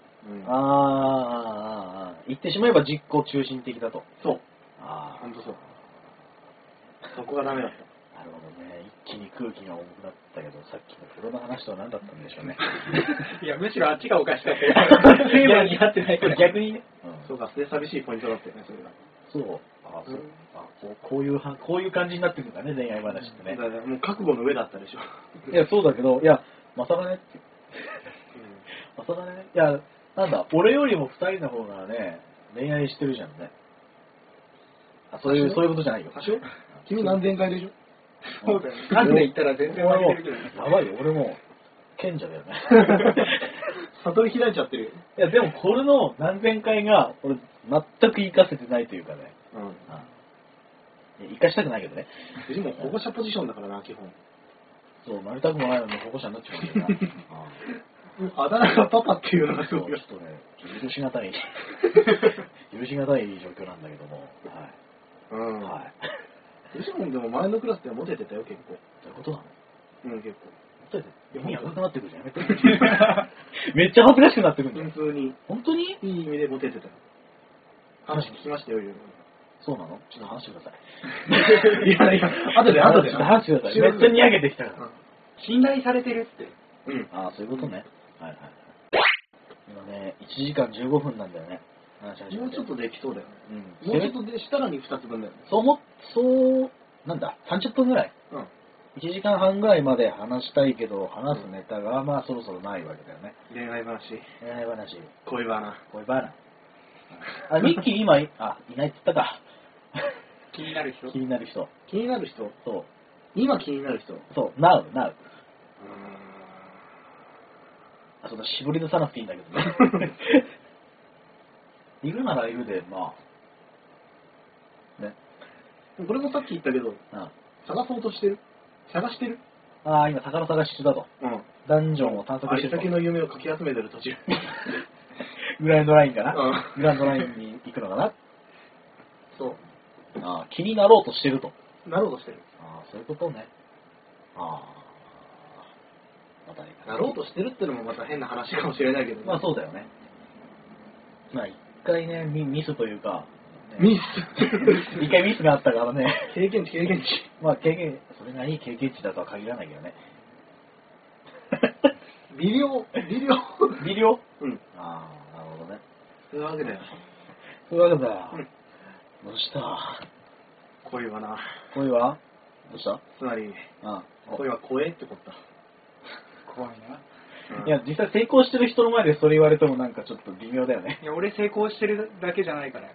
言ってしまえば実行中心的だと。 そう。本当そう。そこがダメだった。 なるほどね。一気に空気が重くなったけど、さっきの風呂の話とは何だったんでしょうね。 いや、むしろあっちがおかしかったよ。テーマに合ってないから。 逆にね。 そうか、寂しいポイントだったよね、それが。 そう。こういう感じになってくるんだね、恋愛話ってね。 もう覚悟の上だったでしょ。 いや、そうだけど、いや、まさかねって。まさかね。いや、なんだ、俺よりも二人の方がね、恋愛してるじゃんね。そういうことじゃないよ。 君何千回でしょ。 そうだよね。数で言ったら全然負けてるけどね。 やばいよ、俺も賢者だよね。 悟り開いちゃってるよ。 いや、でもこれの何千回が、俺、全く活かせてないというかね。活かしたくないけどね。 でも保護者ポジションだからな、基本。 そう、なりたくもないのに保護者になっちゃうんだよな。あだ名がパパっていうのがすごい。 ちょっとね、許しがたい状況なんだけども。はい。 でも前のクラスではモテてたよ、結構。 どういうことなの？ 結構。 モテて耳赤くなってくるじゃん。やめて。めっちゃ恥ずかしくなってくるんだよ。 普通に。 本当に？ いい意味でモテてたよ。話聞きましたよ、 そうなの？ちょっと話してください。 いや、後で話してください。めっちゃにやげてきたから。 信頼されてるって。 そういうことね。はい。今ね、1時間15分なんだよね。 もうちょっとできそうだよね。もうちょっとでしたらに2つ分だよね。 なんだ、30分ぐらい。1時間半ぐらいまで話したいけど、話すネタがまあそろそろないわけだよね。 恋愛話。 恋バナ。ミッキー今、いないって言ったか。 気になる人そう。 今気になる人そう、now。そんな絞り出さなくていいんだけどね。いるならいるで、まあ。ね。 これもさっき言ったけど、探そうとしてる？探してる？ 今宝探し中だと。ダンジョンを探索してると。 先の夢をかき集めてる途中。 グランドラインかな？グランドラインに行くのかな？ そう。 気になろうとしてると。 なろうとしてる。 そういうことね。またね。 なろうとしてるってのもまた変な話かもしれないけどね。 まあそうだよね。まあ一回ね、ミスというか、 ミス一回ミスがあったからね。 経験値。 まあそれがいい経験値だとは限らないけどね。 微量なるほどね。 そういうわけだよ。 どうした恋はな。 どうしたつまり、恋は怖えってことだ。 怖いな。 いや、実際成功してる人の前でそれ言われてもなんかちょっと微妙だよね。 いや、俺成功してるだけじゃないから。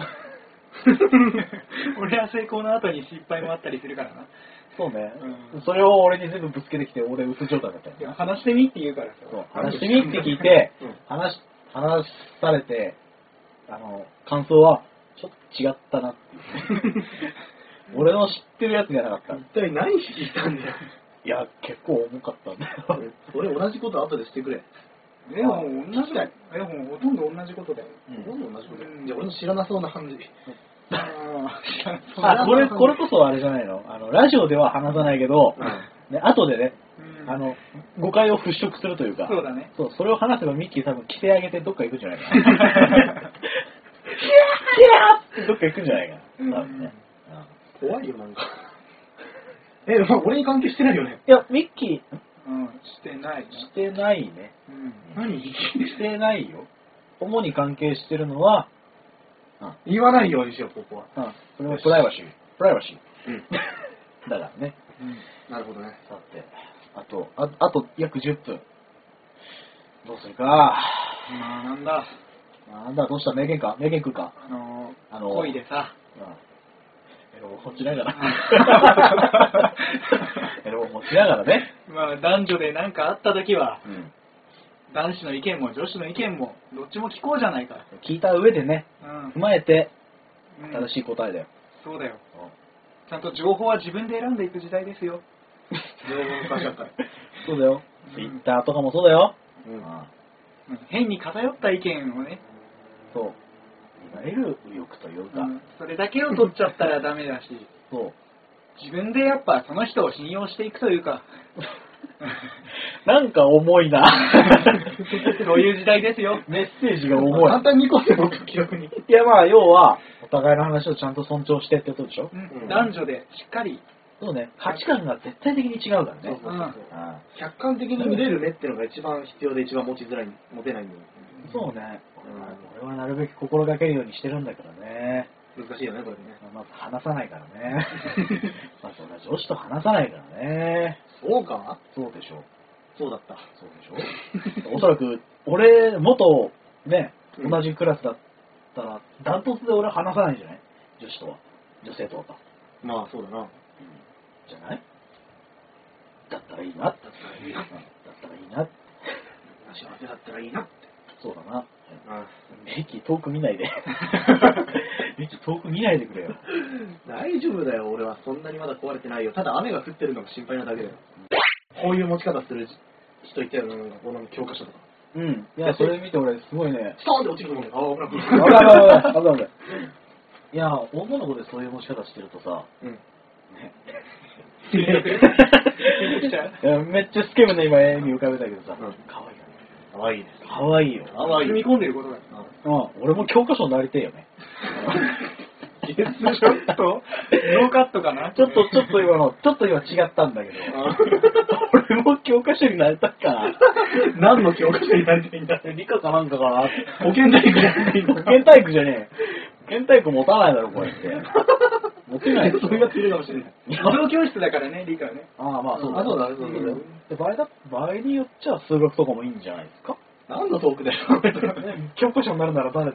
俺は成功の後に失敗もあったりするからな。 そうね。それを俺に全部ぶつけてきて、俺嘘状態だったよ。 いや、話してみって言うからさ。 そう、話してみって聞いて、話されて、感想は、ちょっと違ったなっていう。俺の知ってるやつじゃなかった。 一体何聞いたんだよ。 いや、結構重かったんだよ。 俺同じこと後でしてくれ。 でも同じだよ。でもほとんど同じことだよ。 ほとんど同じことだよ。じゃあ俺の知らなそうな感じ。 これこそあれじゃないの？ラジオでは話さないけど、後でね、誤解を払拭するというか、 そうだね。 そう、それを話せばミッキー多分規制上げてどっか行くんじゃないかな。キャーってどっか行くんじゃないかな。多分ね。 怖いよ、なんか。俺に関係してないよね。 いや、ミッキー、 してないね。 してないね。 何？ してないよ。主に関係してるのは、 言わないようにしよう、ここは。 それはプライバシー。だからね。 なるほどね。 さて、あと約10分。どうするか。 なんだ、 どうした？名言来るか。 恋でさ。 エロを持ちながら。エロを持ちながらね。 まあ男女で何かあったときは、男子の意見も女子の意見もどっちも聞こうじゃないか。 聞いた上でね、踏まえて正しい答えだよ。 そうだよ。ちゃんと情報は自分で選んでいく時代ですよ。 情報化社会。 そうだよ。ツイッターとかもそうだよ。 変に偏った意見をね、 そう。いわゆる右翼というか、 それだけを取っちゃったらダメだし、 そう。 自分でやっぱその人を信用していくというか、 なんか重いな。 そういう時代ですよ。 メッセージが重い。 簡単に行こうって僕記憶に。 いやまあ要はお互いの話をちゃんと尊重してってことでしょ。 男女でしっかり。 そうね。価値観が絶対的に違うからね。 客観的に見れるねっていうのが一番必要で一番持てないんだよ。 そうね。俺はなるべく心がけるようにしてるんだけどね。 難しいよねこれね。 まず話さないからね。まず俺女子と話さないからね。 そうか？ そうでしょ。 そうだった。 そうでしょ。おそらく俺元ね同じクラスだったらダントツで俺は話さないんじゃない？女子とは女性とは。 まあそうだな。 じゃない？だったらいいな。だったらいいな。 幸せだったらいいなって。 そうだな。ミキ遠く見ないで。ミキ遠く見ないでくれよ。 大丈夫だよ、俺はそんなにまだ壊れてないよ。ただ雨が降ってるのが心配なだけだよ。こういう持ち方する人いたよね、この教科書とか。 うん。いや、それ見て俺すごいね。 ストーンって落ちると思うんだよ。 危ない。いや、女の子でそういう持ち方してるとさ、ね。めっちゃスケベな今絵に浮かべたけどさ、可愛いよね。 可愛いです。 可愛いよ。 踏み込んでることだよ。 俺も教科書になりてえよね。 ちょっとノーカットかな。 ちょっと今違ったんだけど。俺も教科書になりたいかな。 何の教科書になりたいんだ。 理科かなんかかな。 保健体育じゃない。 保健体育じゃねえ。保健体育持たないだろこうやって。持てない。 それがついるかもしれない。 理論教室だからね、理科ね。 ああまあそうだ。 そうだ。 場合によっちゃ数学とかもいいんじゃないですか。 何のトークだよ。 教科書になるなら誰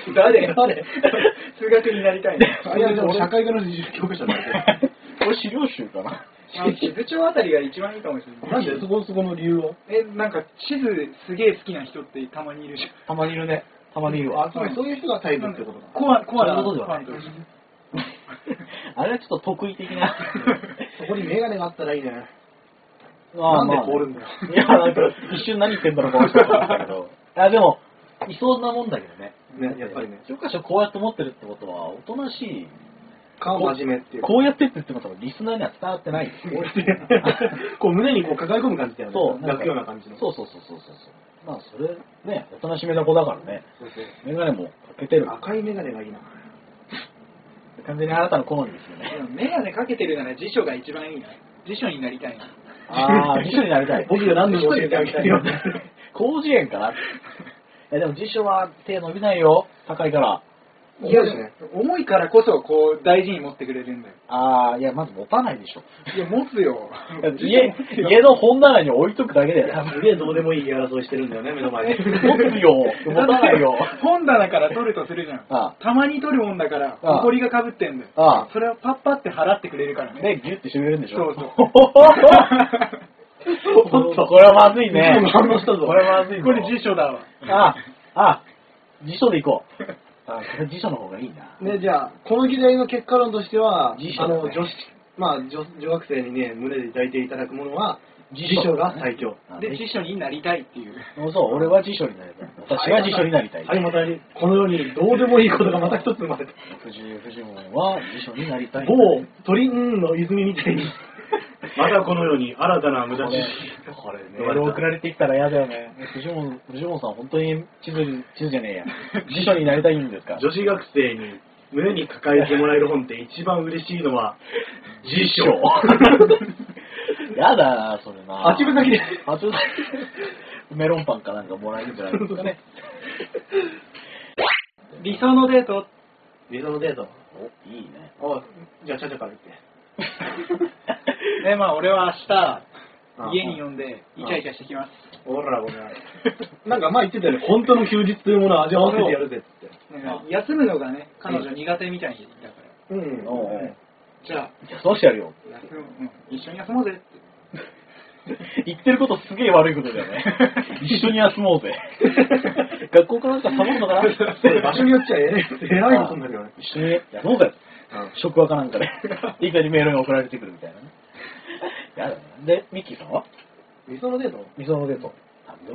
数学になりたいね。 いやでも社会科の教科書になる。 俺資料集かな。 地図帳あたりが一番いいかもしれない。 なんでそこの理由を？ なんか地図すげえ好きな人ってたまにいるじゃん。 たまにいるね。たまにいるわ。 つまりそういう人がタイプってことだ。 コアなことではない。あれはちょっと得意的な。 そこにメガネがあったらいいね。 なんで凍るんだよ。 いや、なんか一瞬何言ってんだろうか分からなかったけど。でも、いそうなもんだけどね。 ね、やっぱりね。 教科書こうやって持ってるってことは、おとなしい。 真面目っていう。 こうやってって言っても多分リスナーには伝わってない。 こう胸にこう抱え込む感じだよね。 そう。 抱くような感じの。 そう。まあそれ、ね、おとなしめな子だからね。メガネもかけてる。 赤いメガネがいいな。 完全にあなたの好みですよね。 メガネかけてるなら辞書が一番いいな。辞書になりたいな。 辞書になりたい。 僕が何でも教えてあげたいよ。 広辞苑かな。でも辞書は手伸びないよ。高いから。 いや、重いからこそこう大事に持ってくれるんだよ。 いやまず持たないでしょ。 いや持つよ。 家の本棚に置いとくだけだよ。 すげえどうでもいい争いしてるんだよね、目の前で。 持つよ。持たないよ。 本棚から取るとするじゃん。たまに取るもんだから埃がかぶってんだよ。それをパッパって払ってくれるからね。 でギュッてしてくれるんでしょ。 そう。 これはまずいね。 反応したぞ。 これはまずい。 これ辞書だわ。辞書でいこう。これ辞書の方がいいな。 ね、じゃあ、この議題の結果論としては、 辞書、ね、 女学生にね、胸で抱いていただくものは、辞書が最強。 で、辞書になりたいっていう。 そう、俺は辞書になりたい。私は辞書になりたい。 はい、また、このようにどうでもいいことがまた一つ生まれた。 フジモンは辞書になりたい。 某鳥の泉みたいに。またこのように新たな無駄知識。 これメール送られてきたら嫌だよね。フジモンさん本当に地図じゃねえや。辞書になりたいんですか？ 女子学生に胸に抱えてもらえる本って一番嬉しいのは辞書。 やだそれな。 8分だけで。 メロンパンかなんかもらえるんじゃないですかね。 理想のデート。 理想のデート。 お、いいね。 じゃあチャチャから言って。 ね、まあ俺は明日家に呼んでイチャイチャしてきます。 ほらなんか前言ってたよね、本当の休日というものを味わわせてやるぜって。 休むのがね、彼女苦手みたいに言ったから。じゃあそうしてやるよ。 一緒に休もうぜって。 言ってることすげえ悪いことだよね。一緒に休もうぜ。学校かなんかサボるのかな。 場所によっちゃ偉いことになるよね。 一緒に休もうぜ。職場かなんかで。いきなりメールが送られてくるみたいなね。やだね。で、ミッキーさんは？ 理想のデート？ 理想のデート。なんでもいいよ。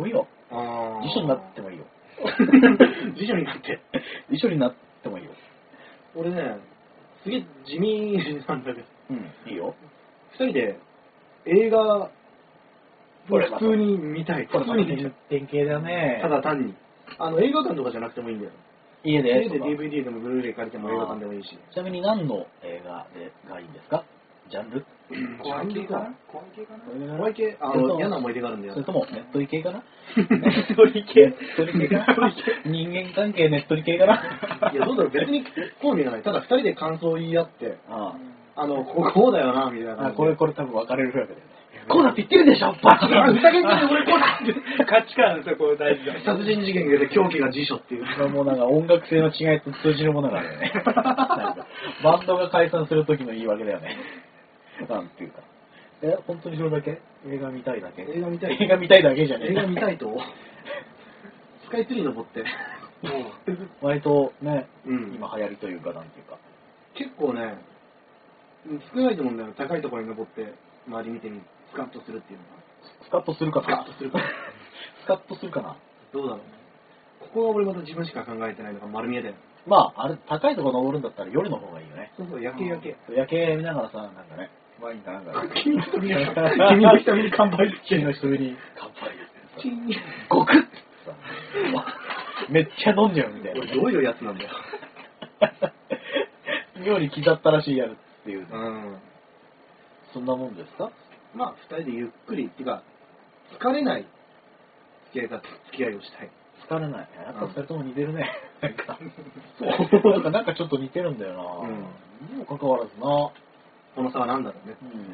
辞書になってもいいよ。 辞書になって。 辞書になってもいいよ。 俺ね、すげえ地味なんだけど。 いいよ。 二人で映画を普通に見たい。 普通に典型だよね。 ただ単に。映画館とかじゃなくてもいいんだよ。 家で DVD でもブルーレイ借りても映画館でもいいし。 ちなみに何の映画がいいんですか？ジャンル？ 怖い系かな？ 怖い系？嫌な思い出があるんだよ。 それともネットリ系かな？ ネットリ系かな？人間関係ネットリ系かな？ いや、どうだろう、別に興味がない。ただ二人で感想を言い合って、こうだよな、みたいな。 これ多分分かれるわけだよね。こうだって言ってるでしょ、バチふざけんじゃねえ、俺こうだって。 価値観ですよ、これ大事だ。 殺人事件で狂気が辞書っていう。 もうなんか音楽性の違いと通じるものがあるよね。バンドが解散する時の言い訳だよね。なんていうか。本当にそれだけ？映画見たいだけ？ 映画見たいだけじゃねえ。 映画見たいとスカイツリー登って。 割とね、今流行りというか、なんていうか。 結構ね、少ないと思うんだよ。高いところに登って周り見てみる。スカッとするっていうのが。 スカッとするかな？ スカッとするかな？ スカッとするかな？ どうだろうね。ここは俺また自分しか考えてないのが丸見えだよ。 まあ、高いところ登るんだったら夜の方がいいよね。 そう、夜景。夜景見ながらさ、なんかね、ワインかなんか。 君の瞳に乾杯。 君の瞳に乾杯。 チン。 ゴクッめっちゃ飲んじゃうみたいな。 どういうやつなんだよ。 妙に刻ったらしいやるっていう。そんなもんですか？ まあ、二人でゆっくり、っていうか、疲れない付き合いをしたい。 疲れない。やっぱ二人とも似てるね。なんかちょっと似てるんだよな。にもかかわらずな。この差は何だろうね。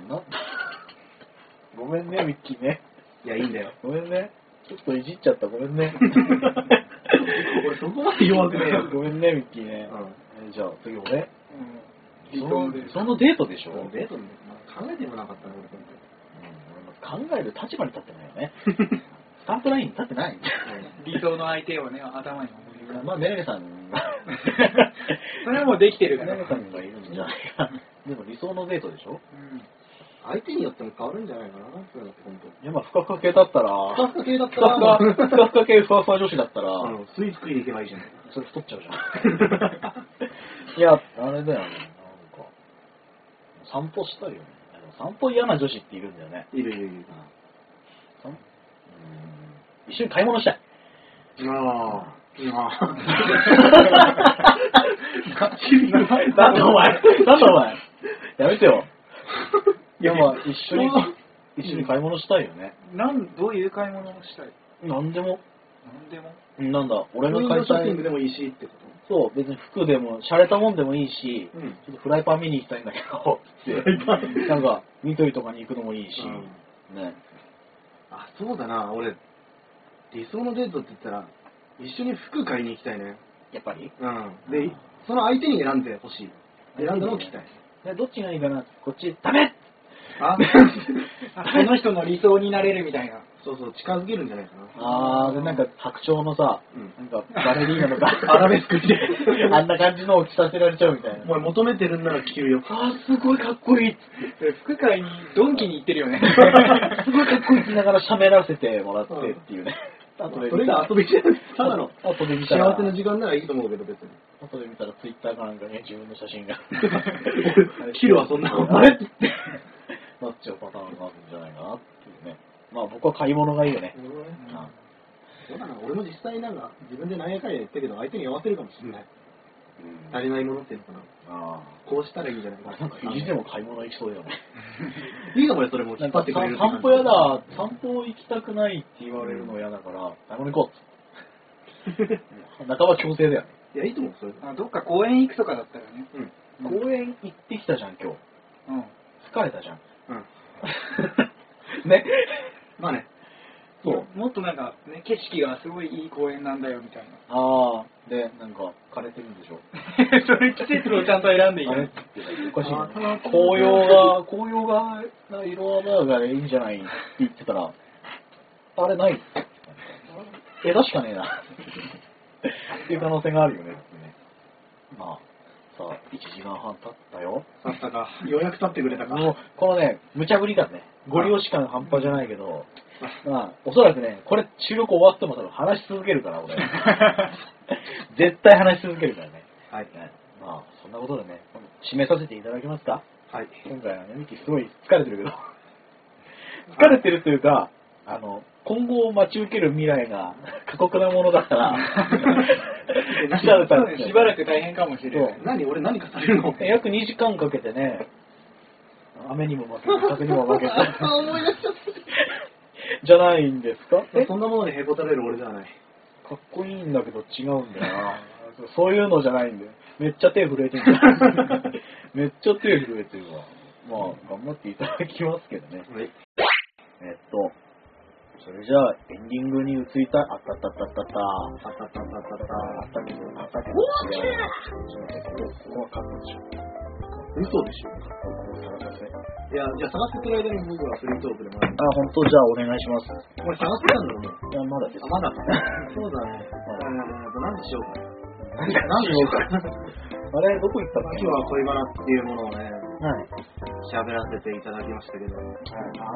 ごめんね、ミッキーね。 いや、いいんだよ。 ごめんね。ちょっといじっちゃった。ごめんね。 俺そこまで弱くねえよ。 ごめんね、ミッキーね。じゃあ次俺。そのデートでしょ？ デート考えてもなかったね、 俺。考える立場に立ってないよね。スタンプラインに立ってない。 理想の相手をね、頭に思い浮かべる。 まあ、メレメさんが。 それはもうできてるから。 メレメさんがいるんじゃないか。でも理想のデートでしょ？ 相手によっても変わるんじゃないかな、そういうのって本当。 いや、まあ、ふかふか系だったら、ふかふか系ふわふわ女子だったら、 スイーツ食いに行けばいいじゃん。 それ太っちゃうじゃん。いや、あれだよね。なんか、散歩したいよね。散歩嫌な女子っているんだよね。 いる。 一緒に買い物したい。なんだお前。やめてよ。いや、まあ、一緒に買い物したいよね。 どういう買い物をしたい？ なんでも。 なんだ、俺の会社ショッピングでもいいしってこと？ そう、別に服でも、洒落たもんでもいいし、ちょっとフライパン見に行きたいんだけど、なんか、ニトリとかに行くのもいいし、ね。 あ、そうだな、俺、理想のデートって言ったら、一緒に服買いに行きたいね。 やっぱり？ で、その相手に選んでほしい。選んだのを聞きたい。 どっちがいいかな？こっち、ダメ！ その人の理想になれるみたいな。 そう、近づけるんじゃないかな。 で、なんか白鳥のさ、なんかバレリーナとか、 アラベスクで、 あんな感じのを着させられちゃうみたいな。 お前求めてるんなら着るよ。 すごいかっこいい。 服買いに、ドンキに行ってるよね。 すごいかっこいいって言いながら喋らせてもらってっていうね。 それが遊びじゃない。ただの後で見たら幸せな時間ならいいと思うけど、別に。 後で見たらツイッターかなんかね、自分の写真が。 切るわ、そんなの。 あれってなっちゃうパターンがあるんじゃないかなっていうね。まあ僕は買い物がいいよね。 そうだな、俺も実際なんか自分で何やかんや言ったけど、相手に合わせるかもしれない。足りないものっていうのかな。こうしたらいいんじゃないかな。 なんか意地でも買い物行きそうだよね。 いいかもね、それも引っ張ってくれる。 散歩やだ、散歩行きたくないって言われるの嫌だから、買い物行こう。半ば強制だよね。 いや、いいと思う、それ。 どっか公園行くとかだったらね。 公園行ってきたじゃん、今日。疲れたじゃん。ね。 まあね。 そう。もっとなんか、ね、景色がすごいいい公園なんだよ、みたいな。 で、なんか、枯れてるんでしょ。 それ季節をちゃんと選んでいい。 おかしいな。紅葉が、色鮮やかでいいんじゃないって言ってたら、あれない。枝しかねえな。っていう可能性があるよね。まあ、さあ、1時間半経ったよ。 経ったか。ようやく経ってくれたか。 もう、このね、無茶ぶり感ね。ご利用し感半端じゃないけど、 まあ、おそらくね、これ収録終わっても多分話し続けるから、俺。絶対話し続けるからね。 はい。 まあ、そんなことでね、締めさせていただけますか。 はい。 今回はね、ミキすごい疲れてるけど。疲れてるというか、今後待ち受ける未来が過酷なものだから、 しばらく大変かもしれない。 俺何かされるの？ 約2時間かけてね、雨にも負けて、風にも負けて。 思い出しちゃった。 じゃないんですか？ そんなものでへこたれる俺ではない。 かっこいいんだけど違うんだよな。そういうのじゃないんだよ。めっちゃ手震えてる。めっちゃ手震えてるわ。まあ、頑張っていただきますけどね。 はい。 それじゃあ、エンディングに移りたい。あったけど、違う。ここはカットでしょ。 嘘でしょ。いや、じゃあ探してる間に僕はフリートークでもある。 本当じゃあお願いします。 これ探してたんだろうね。 いや、まだです。 まだか。そうだね。何でしようか。 何でしょうか。あれ、どこ行ったの？ 今日は恋バナっていうものをね、 はい。 喋らせていただきましたけど。 あった。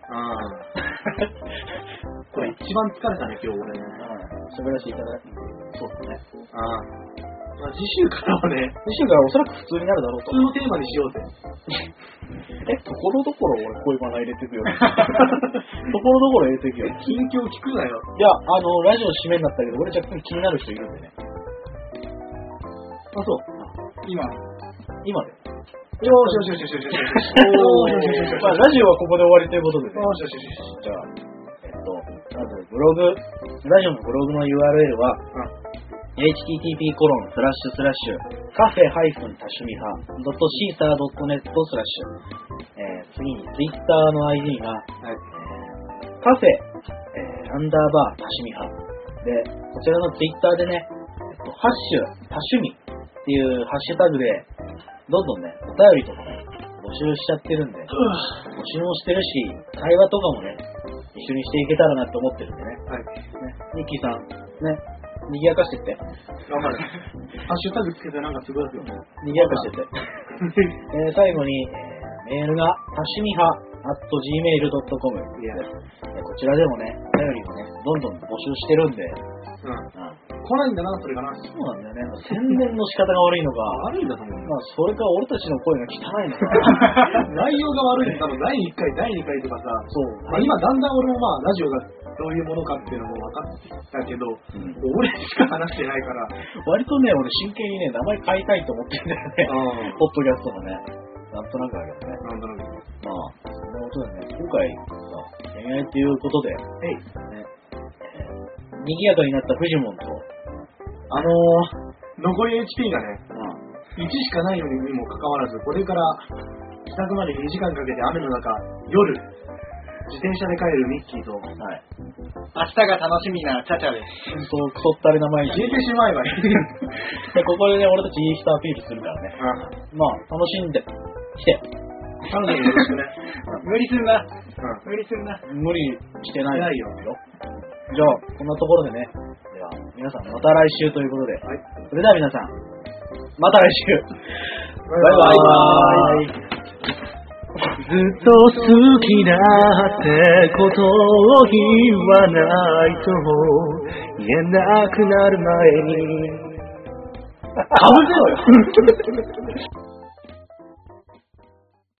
これ一番疲れたね、今日俺ね。 喋らせていただきそうだね。 次週からはね。 次週からおそらく普通になるだろうと。 普通のテーマにしようぜ。 ところどころ俺恋バナ入れてくよ。ところどころ入れてくよ。 近況聞くなよ。 いや、ラジオ締めになったけど、俺若干気になる人いるんでね。 そう。 今で。 よし。 まあ、ラジオはここで終わりということでね。じゃあ、まずブログ、ラジオのブログの URL は、http:// カフェ_多趣味派 .caesar.net/、次に Twitter の ID が、カフェ_多趣味派で、こちらの Twitter でね、ハッシュ多趣味っていうハッシュタグでどんどんね、お便りとかね、募集しちゃってるんで、募集もしてるし、会話とかもね、一緒にしていけたらなと思ってるんでね。 はい。 ニッキーさん、ね、賑やかしてって。 頑張る。ハッシュタグつけてなんかつぶやくよ。 賑やかしてって。最後に、メールが、多趣味派@gmail.com こちらでもね、お便りをね、どんどん募集してるんで、 来ないんだな、それがな。 そうなんだよね。宣伝の仕方が悪いのか。 悪いんだと思う。 まあ、それか俺たちの声が汚いのか。 内容が悪いんだ。多分第1回、第2回とかさ。 そう。 今だんだん俺もラジオがどういうものかっていうのも分かってきたけど、俺しか話してないから。 割とね、俺真剣にね、名前変えたいと思ってるんだよね。ポッドキャストのね。なんとなくだけどね。 なんとなく。 まあ、そんなことでね、今回は恋愛ということで、賑やかになったフジモンと、 残り HP がね、1しかないのにもかかわらず、これから自宅まで2時間かけて雨の中、夜、自転車で帰るミッキーと、 明日が楽しみなチャチャです。 そう、クソったれな毎日。 消えてしまえばいい。 ここでね、俺たちいい人アピールするからね。まあ、楽しんできて。 彼女によろしくね。 無理すんな。無理すんな。 無理してないよ。 じゃあ、こんなところでね、では、皆さんまた来週ということで、それでは皆さん、また来週。バイバイ。 ずっと好きだってことを言わないと言えなくなる前に。 かぶせろよ。